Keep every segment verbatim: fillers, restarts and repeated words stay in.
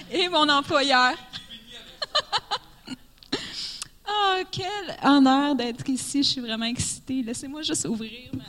et mon employeur. Oh, quel honneur d'être ici. Je suis vraiment excitée. Laissez-moi juste ouvrir ma...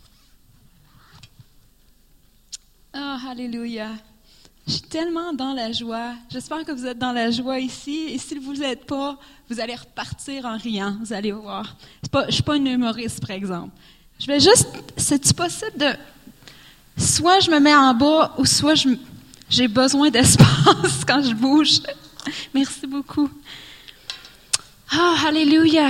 Oh, alléluia. Je suis tellement dans la joie. J'espère que vous êtes dans la joie ici. Et si vous ne l'êtes pas, vous allez repartir en riant. Vous allez voir. C'est pas, je ne suis pas une humoriste, par exemple. Je vais juste... C'est-tu possible de... Soit je me mets en bas ou soit je, j'ai besoin d'espace quand je bouge. Merci beaucoup. Oh, alléluia.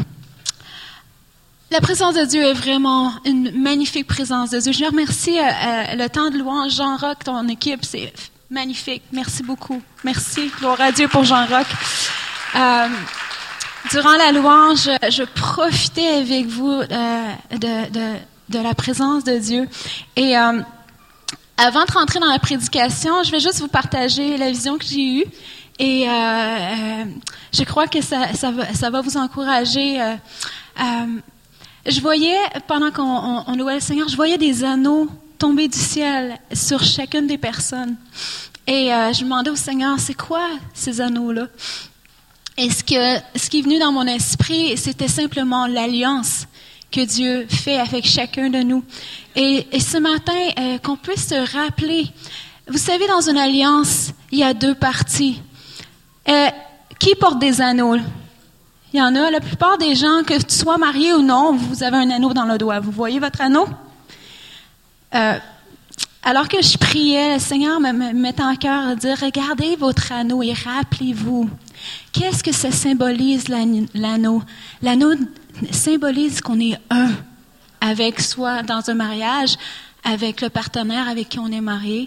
La présence de Dieu est vraiment une magnifique présence de Dieu. Je remercie euh, euh, le temps de louange, Jean-Roch, ton équipe, c'est magnifique. Merci beaucoup. Merci, gloire à Dieu pour Jean-Roch. Euh, durant la louange, je profitais avec vous euh, de, de, de la présence de Dieu. Et euh, avant de rentrer dans la prédication, je vais juste vous partager la vision que j'ai eue. Et euh, euh, je crois que ça, ça, va, ça va vous encourager. Euh, euh, Je voyais, pendant qu'on on, on louait le Seigneur, je voyais des anneaux tomber du ciel sur chacune des personnes. Et euh, je demandais au Seigneur, c'est quoi ces anneaux-là? Et ce, que, ce qui est venu dans mon esprit, c'était simplement l'alliance que Dieu fait avec chacun de nous. Et, et ce matin, euh, qu'on puisse se rappeler, vous savez, dans une alliance, il y a deux parties. Euh, qui porte des anneaux? Il y en a, la plupart des gens, que tu sois marié ou non, vous avez un anneau dans le doigt. Vous voyez votre anneau? Euh, alors que je priais, le Seigneur me, me mettait en cœur à dire, regardez votre anneau et rappelez-vous. Qu'est-ce que ça symbolise l'anneau? L'anneau symbolise qu'on est un avec soi dans un mariage, avec le partenaire avec qui on est marié.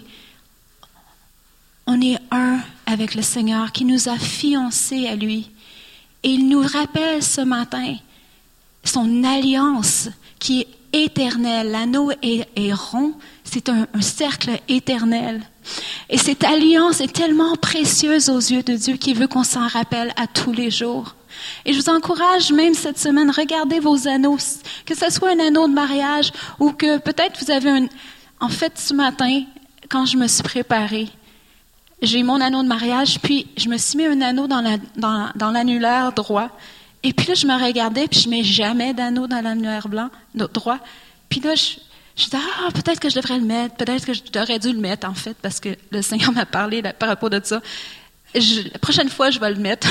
On est un avec le Seigneur qui nous a fiancés à lui. Et il nous rappelle ce matin son alliance qui est éternelle. L'anneau est, est rond, c'est un, un cercle éternel. Et cette alliance est tellement précieuse aux yeux de Dieu qu'il veut qu'on s'en rappelle à tous les jours. Et je vous encourage même cette semaine, regardez vos anneaux, que ce soit un anneau de mariage ou que peut-être vous avez un... En fait, ce matin, quand je me suis préparée, j'ai mon anneau de mariage, puis je me suis mis un anneau dans, la, dans, dans l'annulaire droit. Et puis là, je me regardais, puis je ne mets jamais d'anneau dans l'annulaire blanc, droit. Puis là, je, je dis, ah, peut-être que je devrais le mettre, peut-être que j'aurais dû le mettre, en fait, parce que le Seigneur m'a parlé là, par rapport de ça. Je, la prochaine fois, je vais le mettre.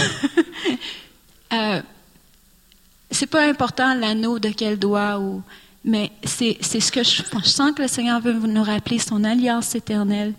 euh, c'est pas important l'anneau de quel doigt, ou, mais c'est, c'est ce que je, je sens que le Seigneur veut nous rappeler, son alliance éternelle.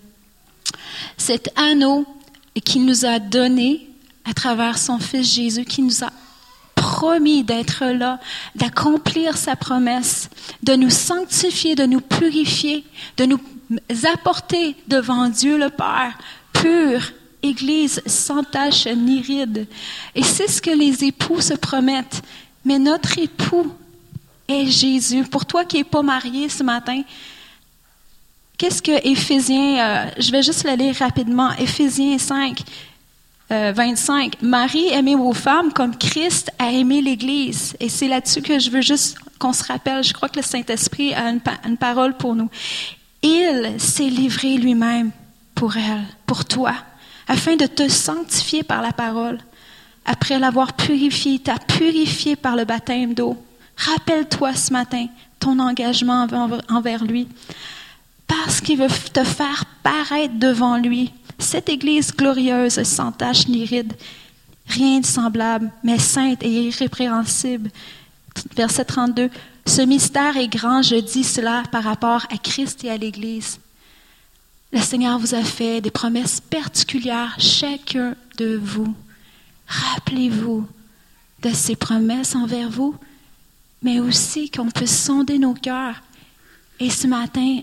Cet anneau qu'il nous a donné à travers son Fils Jésus, qui nous a promis d'être là, d'accomplir sa promesse, de nous sanctifier, de nous purifier, de nous apporter devant Dieu le Père, pure, Église sans tache ni ride. Et c'est ce que les époux se promettent. Mais notre époux est Jésus. Pour toi qui n'es pas marié ce matin, qu'est-ce que Éphésiens, euh, je vais juste le lire rapidement, Éphésiens cinq, euh, vingt-cinq. Marie, aimez vos femmes comme Christ a aimé l'Église. Et c'est là-dessus que je veux juste qu'on se rappelle. Je crois que le Saint-Esprit a une, pa- une parole pour nous. Il s'est livré lui-même pour elle, pour toi, afin de te sanctifier par la parole. Après l'avoir purifié, t'as purifié par le baptême d'eau. Rappelle-toi ce matin ton engagement envers, envers lui. Parce qu'il veut te faire paraître devant lui, cette Église glorieuse, sans tache ni ride, rien de semblable, mais sainte et irrépréhensible. Verset trente-deux. Ce mystère est grand, je dis cela par rapport à Christ et à l'Église. Le Seigneur vous a fait des promesses particulières, chacun de vous. Rappelez-vous de ses promesses envers vous, mais aussi qu'on peut sonder nos cœurs. Et ce matin,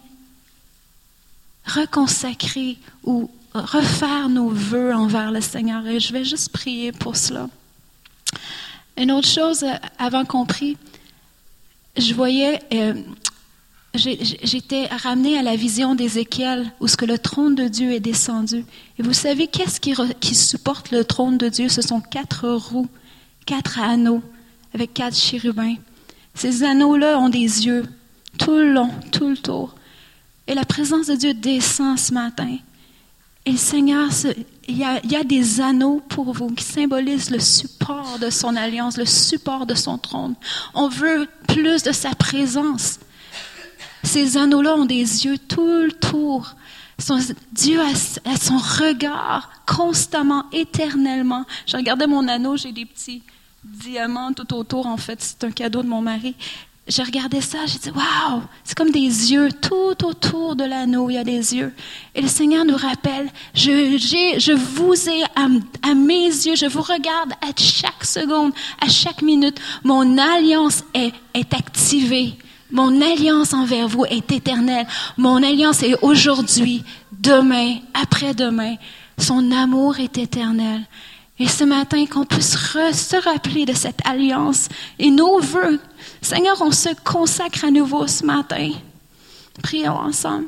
reconsacrer ou refaire nos vœux envers le Seigneur. Et je vais juste prier pour cela. Une autre chose, avant qu'on prie, je voyais, euh, j'ai, j'étais ramenée à la vision d'Ézéchiel, où ce que le trône de Dieu est descendu. Et vous savez, qu'est-ce qui, re, qui supporte le trône de Dieu? Ce sont quatre roues, quatre anneaux, avec quatre chérubins. Ces anneaux-là ont des yeux, tout le long, tout le tour. Et la présence de Dieu descend ce matin. Et Seigneur, il y a, il y a des anneaux pour vous qui symbolisent le support de son alliance, le support de son trône. On veut plus de sa présence. Ces anneaux-là ont des yeux tout le tour. Son, Dieu a, a son regard constamment, éternellement. Je regardais mon anneau, j'ai des petits diamants tout autour. En fait, c'est un cadeau de mon mari. Je regardais ça, j'ai dit, waouh, c'est comme des yeux tout autour de l'anneau, il y a des yeux. Et le Seigneur nous rappelle, je, j'ai, je vous ai à, à mes yeux, je vous regarde à chaque seconde, à chaque minute. Mon alliance est, est activée. Mon alliance envers vous est éternelle. Mon alliance est aujourd'hui, demain, après-demain. Son amour est éternel. Et ce matin, qu'on puisse re, se rappeler de cette alliance et nos vœux. Seigneur, on se consacre à nouveau ce matin. Prions ensemble.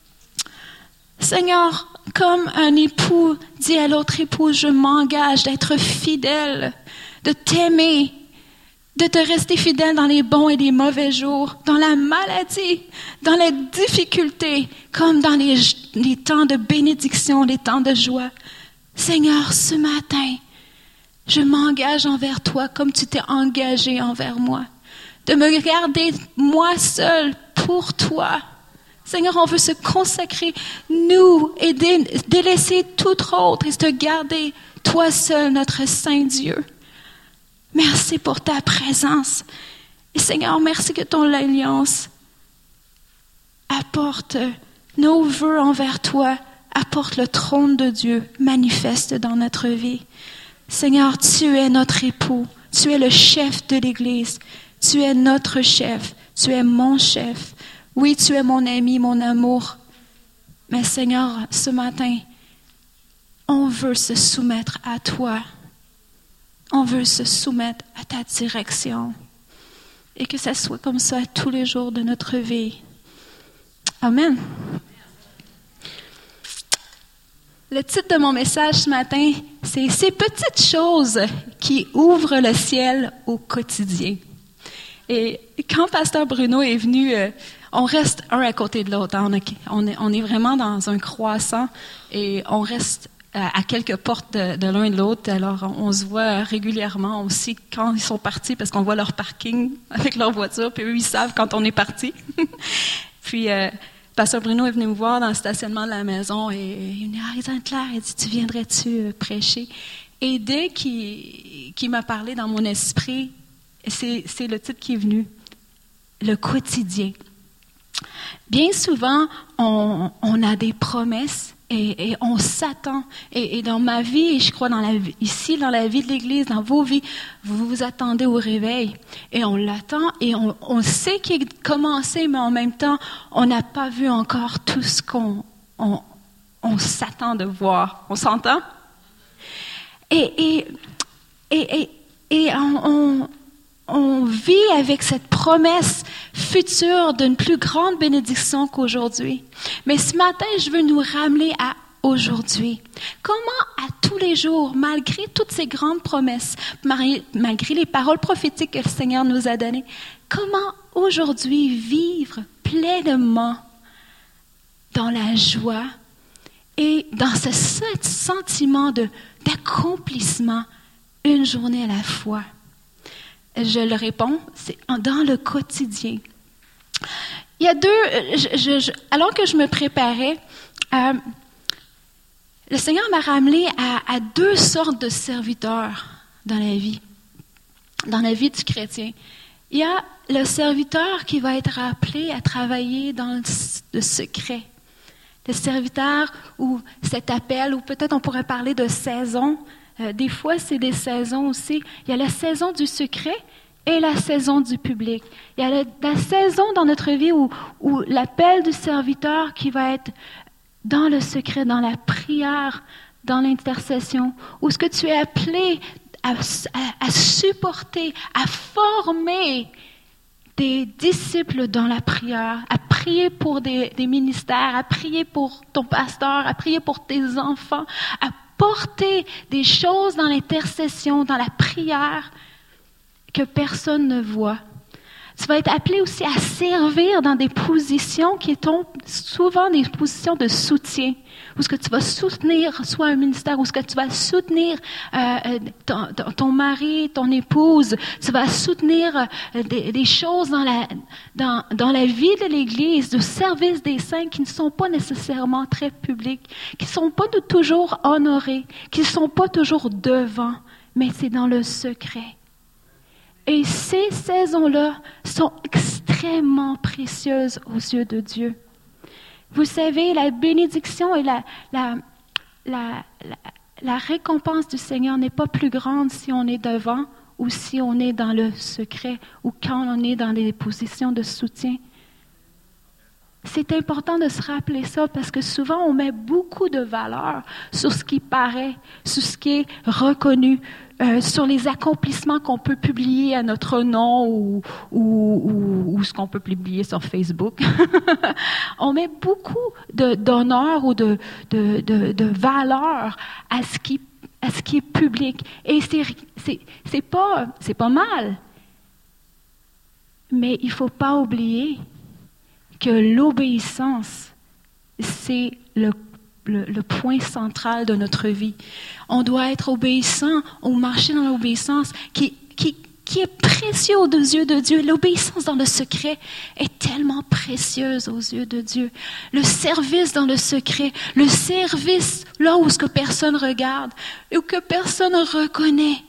Seigneur, comme un époux dit à l'autre époux, je m'engage d'être fidèle, de t'aimer, de te rester fidèle dans les bons et les mauvais jours, dans la maladie, dans les difficultés, comme dans les, les temps de bénédiction, les temps de joie. Seigneur, ce matin, je m'engage envers toi comme tu t'es engagé envers moi. De me garder moi seule pour toi. Seigneur, on veut se consacrer, nous, et dé- délaisser tout autre et te garder, toi seul, notre Saint Dieu. Merci pour ta présence. Et Seigneur, merci que ton alliance apporte nos vœux envers toi, apporte le trône de Dieu, manifeste dans notre vie. Seigneur, tu es notre époux, tu es le chef de l'Église, tu es notre chef, tu es mon chef. Oui, tu es mon ami, mon amour. Mais Seigneur, ce matin, on veut se soumettre à toi. On veut se soumettre à ta direction. Et que ça soit comme ça tous les jours de notre vie. Amen. Le titre de mon message ce matin, c'est « Ces petites choses qui ouvrent le ciel au quotidien ». Et quand Pasteur Bruno est venu, euh, on reste un à côté de l'autre. Hein, on, a, on, est, on est vraiment dans un croissant et on reste à, à quelques portes de, de l'un et de l'autre. Alors, on, on se voit régulièrement aussi quand ils sont partis parce qu'on voit leur parking avec leur voiture, puis eux, ils savent quand on est parti. Puis, euh, Pasteur Bruno est venu me voir dans le stationnement de la maison et il me dit « Ah, Isabelle-Claire, il dit, tu viendrais-tu prêcher? » Et dès qu'il, qu'il m'a parlé dans mon esprit, c'est, c'est le titre qui est venu, le quotidien. Bien souvent, on, on a des promesses et, et on s'attend. Et, et dans ma vie, et je crois dans la vie, ici, dans la vie de l'Église, dans vos vies, vous vous attendez au réveil. Et on l'attend et on, on sait qu'il est commencé, mais en même temps, on n'a pas vu encore tout ce qu'on on, on s'attend de voir. On s'entend? Et, et, et, et, et on... on On vit avec cette promesse future d'une plus grande bénédiction qu'aujourd'hui. Mais ce matin, je veux nous ramener à aujourd'hui. Comment à tous les jours, malgré toutes ces grandes promesses, malgré les paroles prophétiques que le Seigneur nous a données, comment aujourd'hui vivre pleinement dans la joie et dans ce sentiment de, d'accomplissement une journée à la fois? Je le réponds, c'est dans le quotidien. Il y a deux, je, je, je, alors que je me préparais, euh, le Seigneur m'a ramené à, à deux sortes de serviteurs dans la vie, dans la vie du chrétien. Il y a le serviteur qui va être appelé à travailler dans le secret. Le serviteur ou cet appel, ou peut-être on pourrait parler de saison. Euh, des fois, c'est des saisons aussi. Il y a la saison du secret et la saison du public. Il y a la, la saison dans notre vie où, où l'appel du serviteur qui va être dans le secret, dans la prière, dans l'intercession, où ce que tu es appelé à, à, à supporter, à former des disciples dans la prière, à prier pour des, des ministères, à prier pour ton pasteur, à prier pour tes enfants, à porter des choses dans l'intercession, dans la prière que personne ne voit. Tu vas être appelé aussi à servir dans des positions qui sont souvent des positions de soutien, où ce que tu vas soutenir soit un ministère, où ce que tu vas soutenir euh, ton, ton mari, ton épouse, tu vas soutenir euh, des, des choses dans la, dans, dans la vie de l'Église, du service des saints qui ne sont pas nécessairement très publics, qui ne sont pas de toujours honorés, qui ne sont pas toujours devant, mais c'est dans le secret. Et ces saisons-là sont extrêmement précieuses aux yeux de Dieu. Vous savez, la bénédiction et la, la, la, la, la récompense du Seigneur n'est pas plus grande si on est devant ou si on est dans le secret ou quand on est dans des positions de soutien. C'est important de se rappeler ça parce que souvent on met beaucoup de valeur sur ce qui paraît, sur ce qui est reconnu, euh, sur les accomplissements qu'on peut publier à notre nom ou, ou, ou, ou ce qu'on peut publier sur Facebook. On met beaucoup de, d'honneur ou de, de, de, de valeur à ce qui, à ce qui est public. Et c'est, c'est, c'est pas, c'est pas mal. Mais il faut pas oublier que l'obéissance, c'est le, le, le point central de notre vie. On doit être obéissant, ou marcher dans l'obéissance qui, qui, qui est précieux aux yeux de Dieu. L'obéissance dans le secret est tellement précieuse aux yeux de Dieu. Le service dans le secret, le service là où ce que personne regarde, ou que personne reconnaît,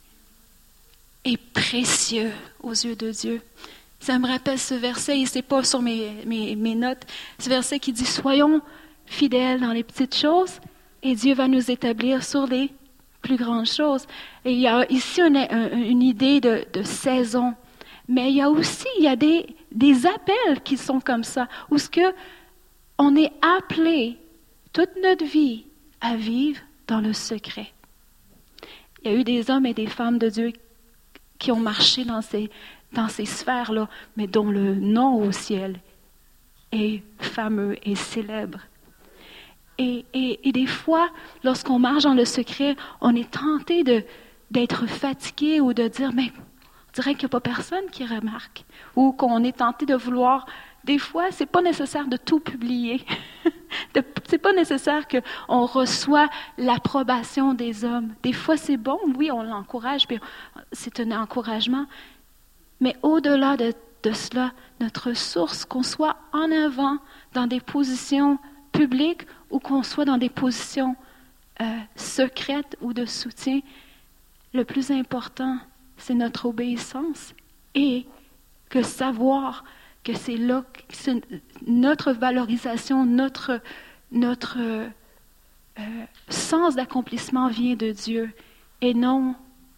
est précieux aux yeux de Dieu. Ça me rappelle ce verset, et c'est pas sur mes, mes, mes notes, ce verset qui dit « Soyons fidèles dans les petites choses, et Dieu va nous établir sur les plus grandes choses. » Et il y a ici une, une idée de, de saison, mais il y a aussi il y a des, des appels qui sont comme ça, où ce que on est appelé toute notre vie à vivre dans le secret. Il y a eu des hommes et des femmes de Dieu qui ont marché dans ces dans ces sphères-là, mais dont le nom au ciel est fameux et célèbre. Et, et, et des fois, lorsqu'on marche dans le secret, on est tenté de, d'être fatigué ou de dire, mais on dirait qu'il n'y a pas personne qui remarque. Ou qu'on est tenté de vouloir, des fois, c'est pas nécessaire de tout publier. de, c'est pas nécessaire qu'on reçoit l'approbation des hommes. Des fois, c'est bon, oui, on l'encourage, puis c'est un encouragement. Mais au-delà de, de cela, notre source, qu'on soit en avant dans des positions publiques ou qu'on soit dans des positions euh, secrètes ou de soutien, le plus important, c'est notre obéissance et que savoir que c'est là, que c'est notre valorisation, notre, notre euh, euh, sens d'accomplissement vient de Dieu et non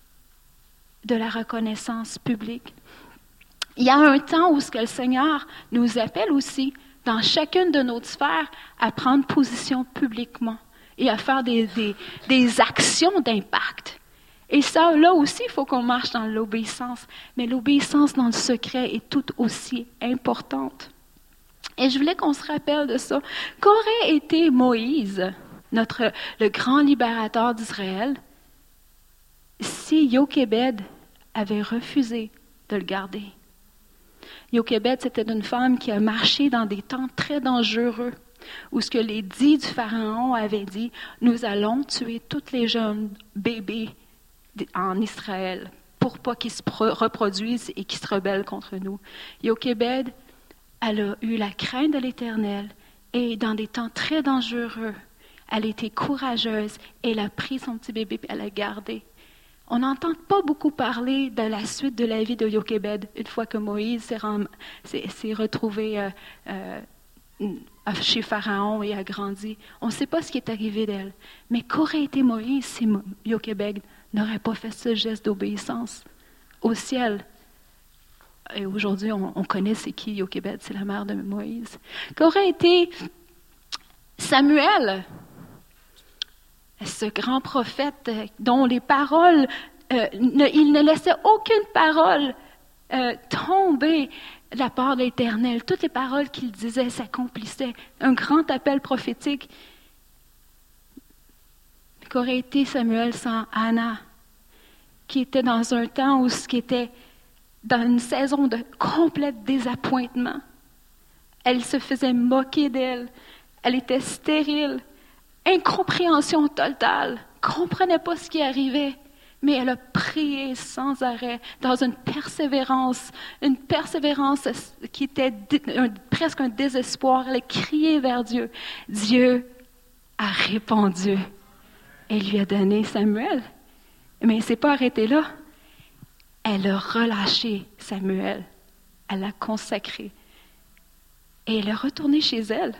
de la reconnaissance publique. Il y a un temps où ce que le Seigneur nous appelle aussi, dans chacune de nos sphères, à prendre position publiquement et à faire des, des, des actions d'impact. Et ça, là aussi, il faut qu'on marche dans l'obéissance. Mais l'obéissance dans le secret est tout aussi importante. Et je voulais qu'on se rappelle de ça. Qu'aurait été Moïse, notre, le grand libérateur d'Israël, si Jochébed avait refusé de le garder? Jochébed, c'était une femme qui a marché dans des temps très dangereux, où ce que les dits du Pharaon avaient dit, nous allons tuer tous les jeunes bébés en Israël pour pas qu'ils se reproduisent et qu'ils se rebellent contre nous. Jochébed, elle a eu la crainte de l'Éternel et dans des temps très dangereux, elle était courageuse et elle a pris son petit bébé et elle l'a gardé. On n'entend pas beaucoup parler de la suite de la vie de Jochébed une fois que Moïse s'est, rem... s'est, s'est retrouvé euh, euh, chez Pharaon et a grandi. On ne sait pas ce qui est arrivé d'elle. Mais qu'aurait été Moïse si Jochébed n'aurait pas fait ce geste d'obéissance au ciel? Et aujourd'hui, on, on connaît c'est qui Jochébed, c'est la mère de Moïse. Qu'aurait été Samuel, ce grand prophète dont les paroles, euh, ne, il ne laissait aucune parole euh, tomber de la part de l'Éternel. Toutes les paroles qu'il disait s'accomplissaient. Un grand appel prophétique. Qu'aurait été Samuel sans Anna, qui était dans un temps où ce qui était dans une saison de complet désappointement. Elle se faisait moquer d'elle. Elle était stérile. Incompréhension totale. Comprenait pas ce qui arrivait. Mais elle a prié sans arrêt, dans une persévérance, une persévérance qui était un, presque un désespoir. Elle a crié vers Dieu. Dieu a répondu et lui a donné Samuel. Mais elle ne s'est pas arrêtée là. Elle a relâché Samuel. Elle l'a consacré. Et elle est retournée chez elle.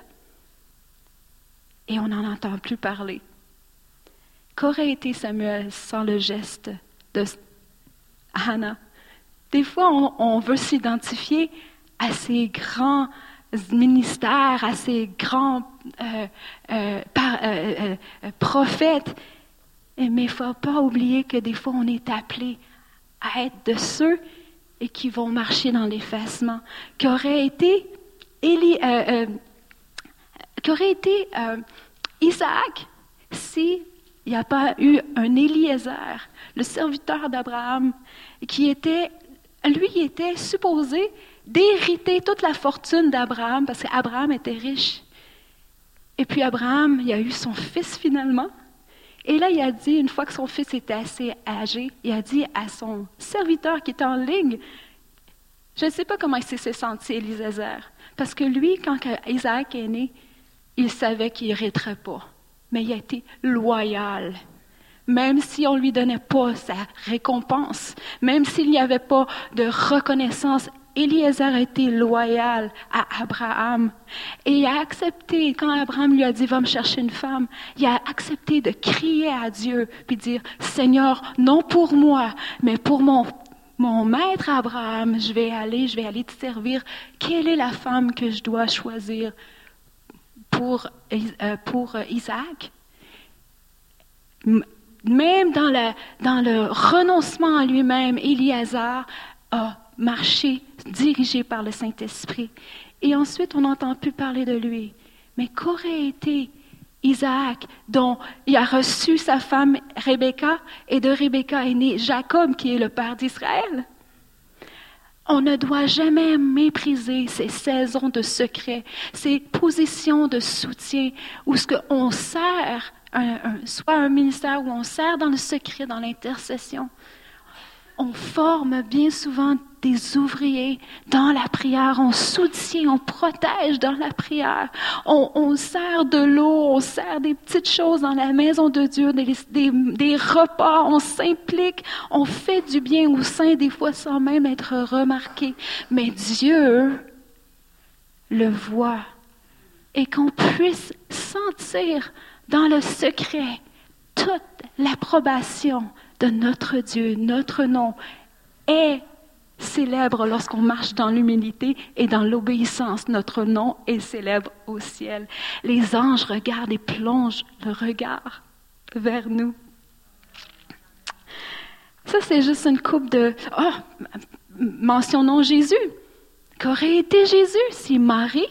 Et on n'en entend plus parler. Qu'aurait été Samuel sans le geste de Hannah? Des fois, on, on veut s'identifier à ces grands ministères, à ces grands euh, euh, par, euh, euh, prophètes. Mais il ne faut pas oublier que des fois, on est appelé à être de ceux et qui vont marcher dans l'effacement. Qu'aurait été Élie, euh, euh, qu'aurait été euh, Isaac si il n'y a pas eu un Éliézer, le serviteur d'Abraham, qui était, lui, il était supposé d'hériter toute la fortune d'Abraham, parce qu'Abraham était riche. Et puis Abraham, il a eu son fils finalement. Et là, il a dit, une fois que son fils était assez âgé, il a dit à son serviteur qui était en ligne, je ne sais pas comment il s'est senti, Éliézer, parce que lui, quand Isaac est né, il savait qu'il n'hériterait pas. Mais il a été loyal. Même si on ne lui donnait pas sa récompense, même s'il n'y avait pas de reconnaissance, Éliézer a été loyal à Abraham. Et il a accepté, quand Abraham lui a dit « Va me chercher une femme », il a accepté de crier à Dieu, puis dire « Seigneur, non pour moi, mais pour mon, mon maître Abraham, je vais aller, je vais aller te servir. Quelle est la femme que je dois choisir ?» Pour, euh, pour Isaac, même dans le, dans le renoncement à lui-même, Éliézer a marché, dirigé par le Saint-Esprit. Et ensuite, on n'entend plus parler de lui. Mais qu'aurait été Isaac, dont il a reçu sa femme Rebecca, et de Rebecca est né Jacob, qui est le père d'Israël? On ne doit jamais mépriser ces saisons de secret, ces positions de soutien où ce qu'on sert, un, un, soit un ministère où on sert dans le secret, dans l'intercession. On forme bien souvent des ouvriers dans la prière, on soutient, on protège dans la prière, on, on sert de l'eau, on sert des petites choses dans la maison de Dieu, des, des, des repas, on s'implique, on fait du bien au sein des fois sans même être remarqué. Mais Dieu le voit et qu'on puisse sentir dans le secret toute l'approbation de notre Dieu, notre nom est célèbre lorsqu'on marche dans l'humilité et dans l'obéissance. Notre nom est célèbre au ciel. Les anges regardent et plongent le regard vers nous. Ça, c'est juste une coupe de... Oh, mentionnons Jésus. Qu'aurait été Jésus si Marie,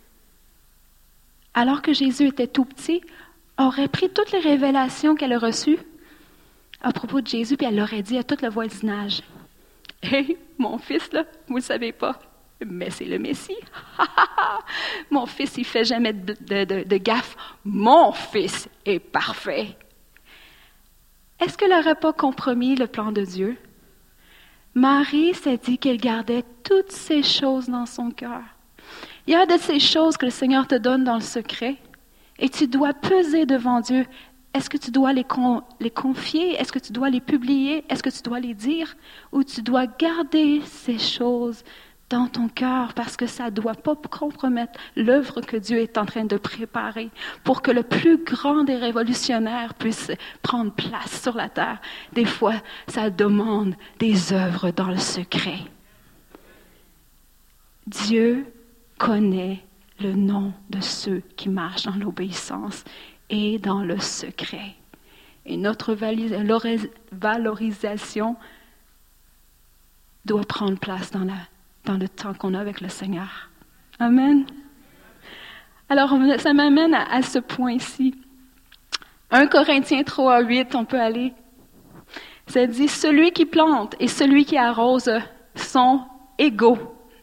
alors que Jésus était tout petit, aurait pris toutes les révélations qu'elle a reçues à propos de Jésus, puis elle l'aurait dit à tout le voisinage. « Hey, mon fils, là, vous ne le savez pas, mais c'est le Messie. Mon fils, il fait jamais de, de, de, de gaffe. Mon fils est parfait. » Est-ce qu'elle n'aurait pas compromis le plan de Dieu? Marie s'est dit qu'elle gardait toutes ces choses dans son cœur. Il y a de ces choses que le Seigneur te donne dans le secret, et tu dois peser devant Dieu. Est-ce que tu dois les, con, les confier? Est-ce que tu dois les publier? Est-ce que tu dois les dire? Ou tu dois garder ces choses dans ton cœur parce que ça ne doit pas compromettre l'œuvre que Dieu est en train de préparer pour que le plus grand des révolutionnaires puisse prendre place sur la terre. Des fois, ça demande des œuvres dans le secret. Dieu connaît le nom de ceux qui marchent dans l'obéissance et dans le secret. Et notre valorisation doit prendre place dans, la, dans le temps qu'on a avec le Seigneur. Amen. Alors, ça m'amène à, à ce point-ci. un Corinthiens trois, huit, on peut aller. Ça dit, celui qui plante et celui qui arrose sont égaux.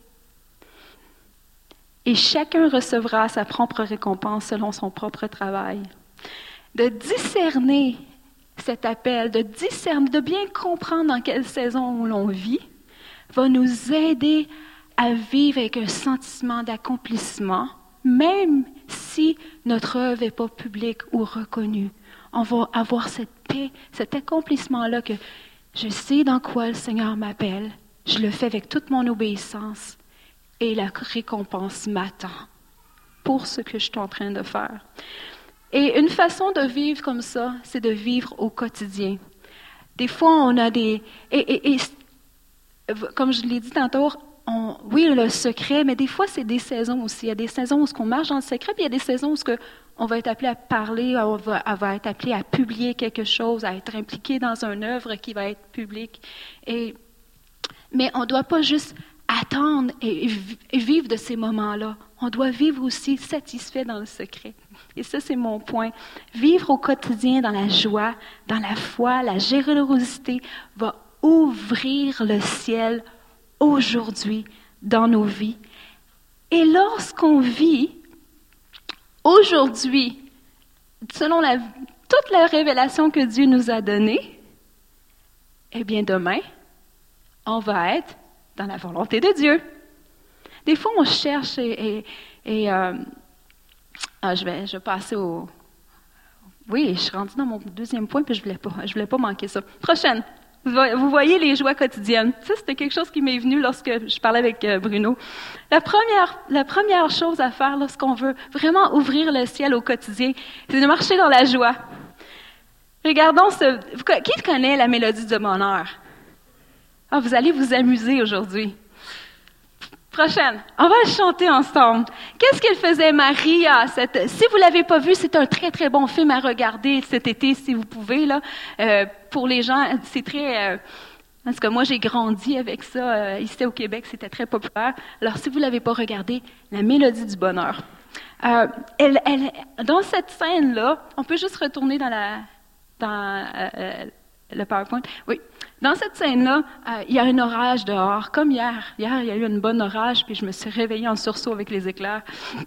Et chacun recevra sa propre récompense selon son propre travail. De discerner cet appel, de discerner, de bien comprendre dans quelle saison l'on vit, va nous aider à vivre avec un sentiment d'accomplissement, même si notre œuvre n'est pas publique ou reconnue. On va avoir cette paix, cet accomplissement-là que je sais dans quoi le Seigneur m'appelle, je le fais avec toute mon obéissance et la récompense m'attend pour ce que je suis en train de faire. Et une façon de vivre comme ça, c'est de vivre au quotidien. Des fois, on a des... Et, et, et comme je l'ai dit tantôt, on, oui, le secret, mais des fois, c'est des saisons aussi. Il y a des saisons où on marche dans le secret, puis il y a des saisons où on va être appelé à parler, on va, on va être appelé à publier quelque chose, à être impliqué dans une œuvre qui va être publique. Et, mais on ne doit pas juste attendre et, et vivre de ces moments-là. On doit vivre aussi satisfait dans le secret. Et ça, c'est mon point. Vivre au quotidien dans la joie, dans la foi, la générosité va ouvrir le ciel aujourd'hui dans nos vies. Et lorsqu'on vit aujourd'hui, selon la, toute la révélation que Dieu nous a donnée, eh bien demain, on va être dans la volonté de Dieu. Des fois, on cherche et... et, et euh, ah, je, vais, je vais passer au... Oui, je suis rendue dans mon deuxième point, puis je ne voulais pas, je voulais pas manquer ça. Prochaine. Vous voyez les joies quotidiennes. Ça, c'était quelque chose qui m'est venu lorsque je parlais avec Bruno. La première, la première chose à faire lorsqu'on veut vraiment ouvrir le ciel au quotidien, c'est de marcher dans la joie. Regardons ce... Qui connaît la mélodie du bonheur? Ah, vous allez vous amuser aujourd'hui. Prochaine. On va chanter ensemble. Qu'est-ce qu'elle faisait, Maria? Cette... Si vous l'avez pas vu, c'est un très, très bon film à regarder cet été, si vous pouvez, là. Euh, pour les gens, c'est très... Euh... Parce que moi, j'ai grandi avec ça. Euh, ici au Québec, c'était très populaire. Alors, si vous l'avez pas regardé, La mélodie du bonheur. Euh, elle, elle, dans cette scène-là, on peut juste retourner dans la... dans euh, le PowerPoint. Oui. Dans cette scène-là, euh, il y a un orage dehors, comme hier. Hier, il y a eu une bonne orage, puis je me suis réveillée en sursaut avec les éclairs.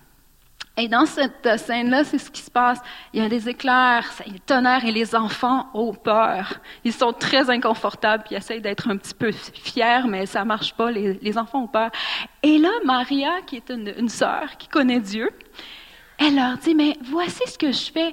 Et dans cette euh, scène-là, c'est ce qui se passe. Il y a des éclairs, il y a le tonnerre, et les enfants ont peur. Ils sont très inconfortables, puis ils essayent d'être un petit peu fiers, mais ça marche pas, les, les enfants ont peur. Et là, Maria, qui est une, une sœur, qui connaît Dieu, elle leur dit, mais voici ce que je fais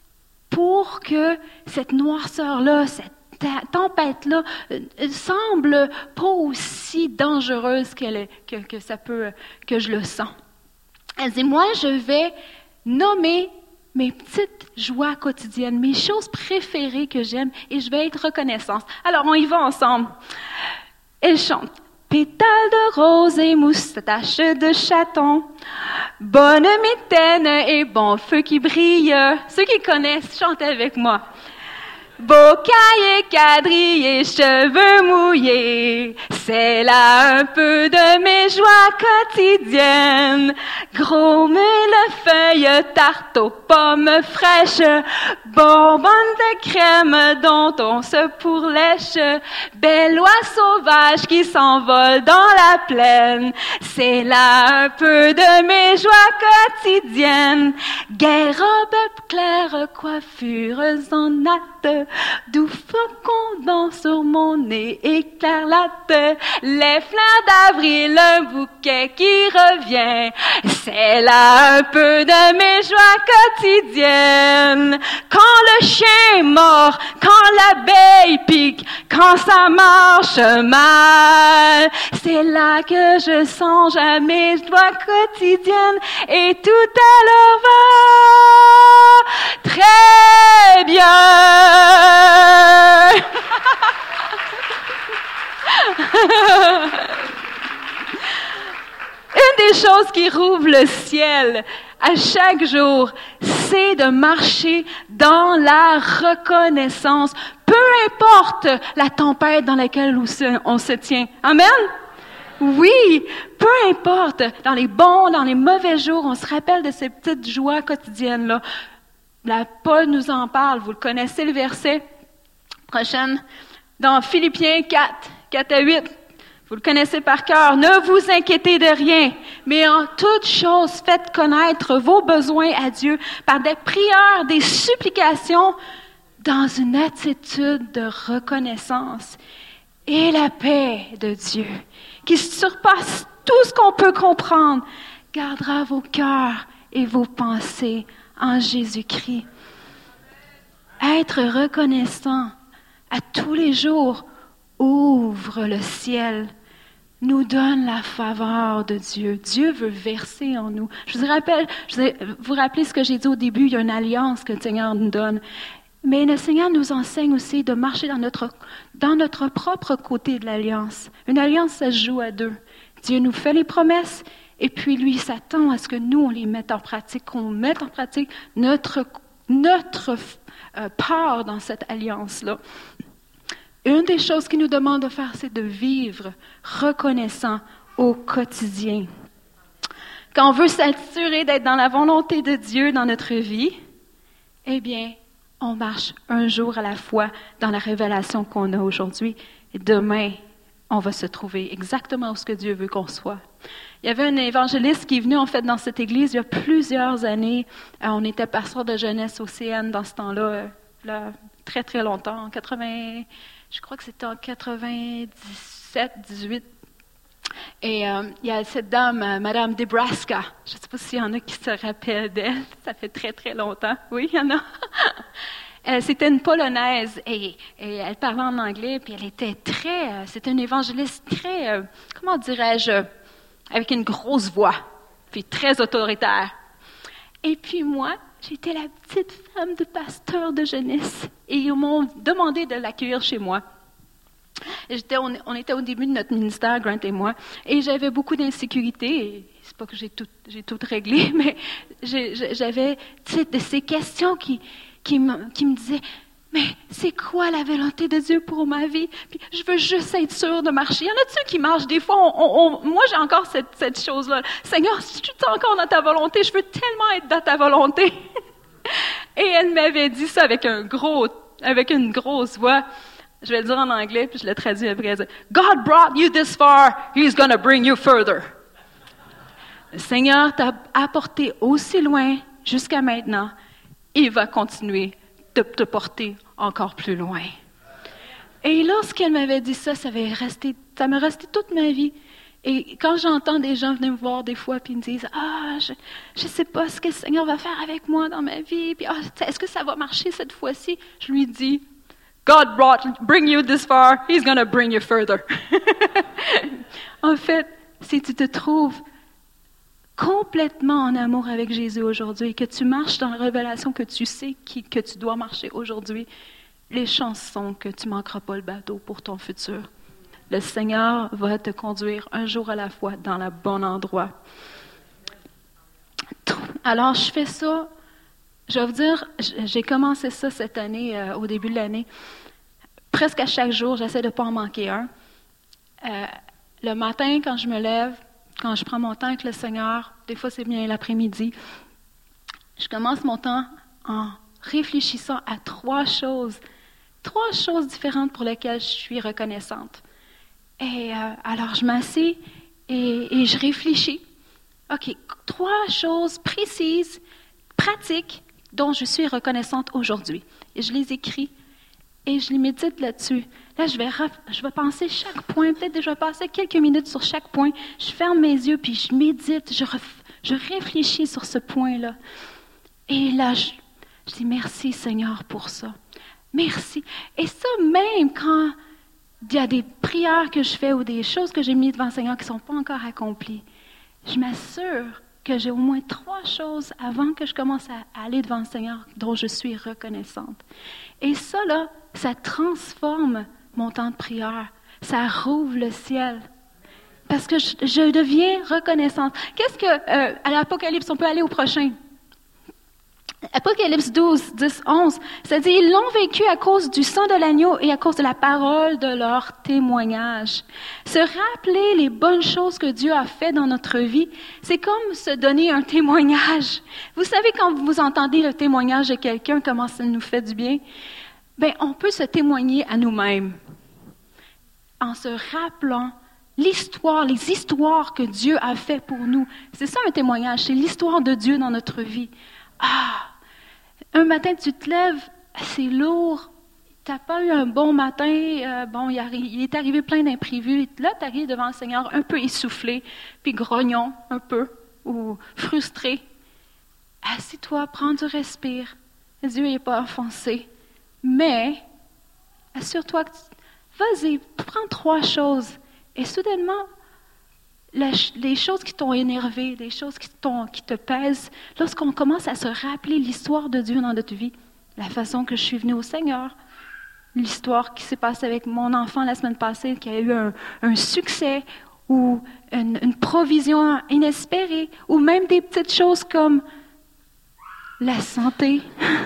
pour que cette noirceur-là, cette tempête-là euh, semble pas aussi dangereuse qu'elle est, que, que ça peut, que je le sens. Elle dit, moi, je vais nommer mes petites joies quotidiennes, mes choses préférées que j'aime, et je vais être reconnaissante. Alors, on y va ensemble. Elle chante. Pétales de rose et moustache de chaton, bonne mitaine et bon feu qui brille. Ceux qui connaissent, chantez avec moi. Beau cahier quadrillé, cheveux mouillés, c'est là un peu de mes joies quotidiennes. Gros millefeuille, tarte aux pommes fraîches, bonbonnes de crème dont on se pourlèche, belle oie sauvage qui s'envole dans la plaine. C'est là un peu de mes joies quotidiennes. Gai robe claire, coiffures en natte, doux flocons dansent sur mon nez écarlate, les fleurs d'avril, un bouquet qui revient, c'est là un peu de mes joies quotidiennes. Quand le chien est mort, quand l'abeille pique, quand ça marche mal, c'est là que je songe à mes joies quotidiennes et tout alors va très bien. Une des choses qui rouvre le ciel à chaque jour, c'est de marcher dans la reconnaissance, peu importe la tempête dans laquelle on se tient. Amen? Oui, peu importe, dans les bons, dans les mauvais jours, on se rappelle de ces petites joies quotidiennes-là. La Paul nous en parle, vous le connaissez le verset. Prochaine, dans Philippiens quatre, quatre à huit. Vous le connaissez par cœur. Ne vous inquiétez de rien, mais en toute chose, faites connaître vos besoins à Dieu par des prières, des supplications, dans une attitude de reconnaissance. Et la paix de Dieu, qui surpasse tout ce qu'on peut comprendre, gardera vos cœurs et vos pensées en Jésus-Christ. Être reconnaissant à tous les jours ouvre le ciel, nous donne la faveur de Dieu. Dieu veut verser en nous. Je vous rappelle, je vous, vous rappelez ce que j'ai dit au début, il y a une alliance que le Seigneur nous donne. Mais le Seigneur nous enseigne aussi de marcher dans notre, dans notre propre côté de l'alliance. Une alliance, ça se joue à deux. Dieu nous fait les promesses et puis lui s'attend à ce que nous, on les mette en pratique, qu'on mette en pratique notre, notre euh, part dans cette alliance-là. Une des choses qu'il nous demande de faire, c'est de vivre reconnaissant au quotidien. Quand on veut s'assurer d'être dans la volonté de Dieu dans notre vie, eh bien, on marche un jour à la fois dans la révélation qu'on a aujourd'hui. Et demain, on va se trouver exactement où ce que Dieu veut qu'on soit. Il y avait un évangéliste qui est venu en fait dans cette église il y a plusieurs années. Euh, on était pasteur de jeunesse au C N dans ce temps-là, euh, là, très très longtemps, en quatre-vingts, je crois que c'était en quatre-vingt-dix-sept, dix-huit. Et euh, il y a cette dame, euh, Madame Nebraska. Je ne sais pas s'il y en a qui se rappellent d'elle. Ça fait très, très longtemps. Oui, il y en a. euh, c'était une Polonaise et, et elle parlait en anglais, puis elle était très... Euh, c'était une évangéliste très, euh, comment dirais-je, euh, avec une grosse voix, puis très autoritaire. Et puis moi, j'étais la petite femme de pasteur de jeunesse. Et ils m'ont demandé de l'accueillir chez moi. J'étais, on, on était au début de notre ministère, Grant et moi, et j'avais beaucoup d'insécurité. C'est pas que j'ai tout, j'ai tout réglé, mais j'ai, j'avais de ces questions qui, qui, me, qui me disaient, mais c'est quoi la volonté de Dieu pour ma vie? Puis je veux juste être sûre de marcher. Il y en a-tu qui marchent des fois? On, on, on, moi, j'ai encore cette, cette chose-là. Seigneur, si tu es encore dans ta volonté, je veux tellement être dans ta volonté. Et elle m'avait dit ça avec un gros, avec une grosse voix. Je vais le dire en anglais, puis je le traduis après. Elle dit, God brought you this far, He's going to bring you further. Le Seigneur t'a apporté aussi loin jusqu'à maintenant. Il va continuer de te porter encore plus loin. Et lorsqu'elle m'avait dit ça, ça m'est resté, ça m'est resté toute ma vie. Et quand j'entends des gens venir me voir des fois puis me disent « Ah, je ne sais pas ce que le Seigneur va faire avec moi dans ma vie. Puis, ah, est-ce que ça va marcher cette fois-ci? » Je lui dis « God brought, bring you this far, He's going to bring you further. » En fait, si tu te trouves complètement en amour avec Jésus aujourd'hui et que tu marches dans la révélation que tu sais qui, que tu dois marcher aujourd'hui, les chances sont que tu ne manqueras pas le bateau pour ton futur. Le Seigneur va te conduire un jour à la fois dans le bon endroit. Alors, je fais ça. Je vais vous dire, j'ai commencé ça cette année, euh, au début de l'année. Presque à chaque jour, j'essaie de ne pas en manquer un. Euh, le matin, quand je me lève, quand je prends mon temps avec le Seigneur, des fois c'est bien l'après-midi, je commence mon temps en réfléchissant à trois choses, trois choses différentes pour lesquelles je suis reconnaissante. Et euh, alors je m'assieds et, et je réfléchis. OK, trois choses précises, pratiques, dont je suis reconnaissante aujourd'hui. Et je les écris et je les médite là-dessus. Là, je vais, je vais penser chaque point, peut-être que je vais passer quelques minutes sur chaque point. Je ferme mes yeux, puis je médite, je, ref, je réfléchis sur ce point-là. Et là, je, je dis merci Seigneur pour ça. Merci. Et ça, même quand il y a des prières que je fais ou des choses que j'ai mises devant le Seigneur qui ne sont pas encore accomplies, je m'assure que j'ai au moins trois choses avant que je commence à aller devant le Seigneur dont je suis reconnaissante. Et ça, là, ça transforme mon temps de prière. Ça rouvre le ciel. Parce que je, je deviens reconnaissante. Qu'est-ce que, euh, à l'Apocalypse, on peut aller au prochain. Apocalypse douze, dix, onze, ça dit, ils l'ont vécu à cause du sang de l'agneau et à cause de la parole de leur témoignage. Se rappeler les bonnes choses que Dieu a fait dans notre vie, c'est comme se donner un témoignage. Vous savez, quand vous entendez le témoignage de quelqu'un, comment ça nous fait du bien? Bien, on peut se témoigner à nous-mêmes en se rappelant l'histoire, les histoires que Dieu a fait pour nous. C'est ça un témoignage, c'est l'histoire de Dieu dans notre vie. Ah! Un matin, tu te lèves, c'est lourd, tu n'as pas eu un bon matin, euh, bon, il, arri- il est arrivé plein d'imprévus. Là, tu arrives devant le Seigneur un peu essoufflé, puis grognon un peu, ou frustré. Assis-toi, prends du respire. Dieu n'est pas offensé. Mais, assure-toi que tu... Vas-y, prends trois choses. Et soudainement, la, les choses qui t'ont énervé, les choses qui, t'ont, qui te pèsent, lorsqu'on commence à se rappeler l'histoire de Dieu dans notre vie, la façon que je suis venue au Seigneur, l'histoire qui s'est passée avec mon enfant la semaine passée, qui a eu un, un succès, ou une, une provision inespérée, ou même des petites choses comme la santé.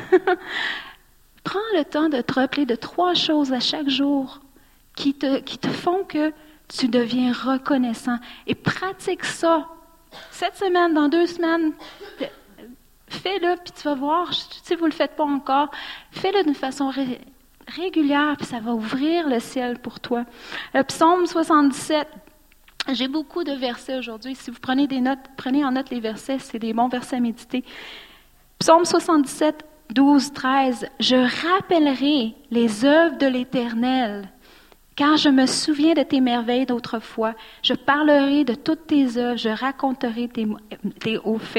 Prends le temps de te rappeler de trois choses à chaque jour qui te, qui te font que tu deviens reconnaissant. Et pratique ça. Cette semaine, dans deux semaines, fais-le, puis tu vas voir, si vous ne le faites pas encore, fais-le d'une façon ré, régulière, puis ça va ouvrir le ciel pour toi. Le psaume soixante-dix-sept, j'ai beaucoup de versets aujourd'hui. Si vous prenez des notes, prenez en note les versets, c'est des bons versets à méditer. Psaume soixante-dix-sept, douze, treize, « Je rappellerai les œuvres de l'Éternel, car je me souviens de tes merveilles d'autrefois. Je parlerai de toutes tes œuvres, je raconterai tes, tes hauts faits. »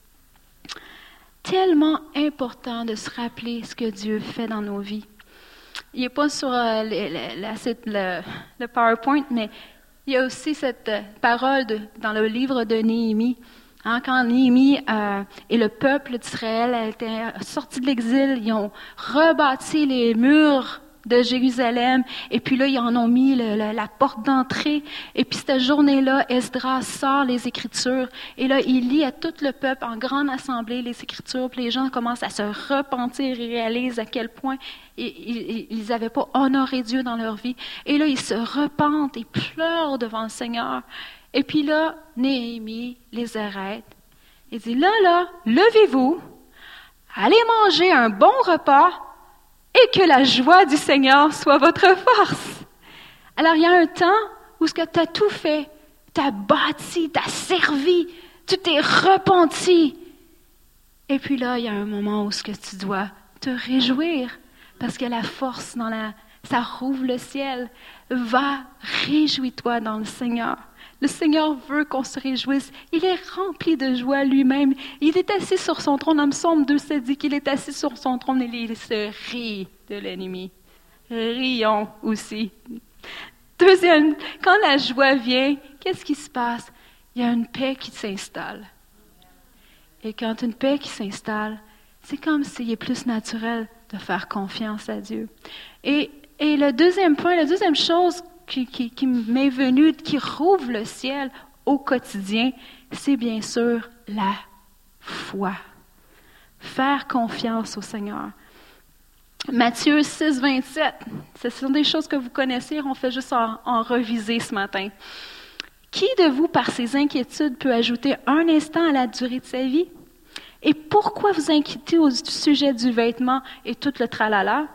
Tellement important de se rappeler ce que Dieu fait dans nos vies. Il n'est pas sur euh, le, le, le, le PowerPoint, mais il y a aussi cette parole de, dans le livre de Néhémie. Hein, quand Néhémie euh, et le peuple d'Israël étaient sortis de l'exil, ils ont rebâti les murs de Jérusalem, et puis là, ils en ont mis le, le, la porte d'entrée, et puis cette journée-là, Esdras sort les Écritures, et là, il lit à tout le peuple en grande assemblée les Écritures, puis les gens commencent à se repentir et réalisent à quel point ils n'avaient pas honoré Dieu dans leur vie, et là, ils se repentent et pleurent devant le Seigneur. Et puis là, Néhémie les arrête. Il dit, là, là, levez-vous, allez manger un bon repas et que la joie du Seigneur soit votre force. Alors, il y a un temps où tu as tout fait, tu as bâti, tu as servi, tu t'es repenti. Et puis là, il y a un moment où ce que tu dois te réjouir parce que la force, dans la, ça rouvre le ciel. Va, réjouis-toi dans le Seigneur. Le Seigneur veut qu'on se réjouisse. Il est rempli de joie lui-même. Il est assis sur son trône. Dans le psaume deux, ça dit qu'il est assis sur son trône et il se rit de l'ennemi. Rions aussi. Deuxième, quand la joie vient, qu'est-ce qui se passe? Il y a une paix qui s'installe. Et quand une paix qui s'installe, c'est comme s'il est plus naturel de faire confiance à Dieu. Et, et le deuxième point, la deuxième chose Qui, qui, qui m'est venu, qui rouvre le ciel au quotidien, c'est bien sûr la foi. Faire confiance au Seigneur. Matthieu six, vingt-sept, ce sont des choses que vous connaissez, on fait juste en, en reviser ce matin. Qui de vous, par ses inquiétudes, peut ajouter un instant à la durée de sa vie? Et pourquoi vous inquiétez au sujet du vêtement et tout le tralala?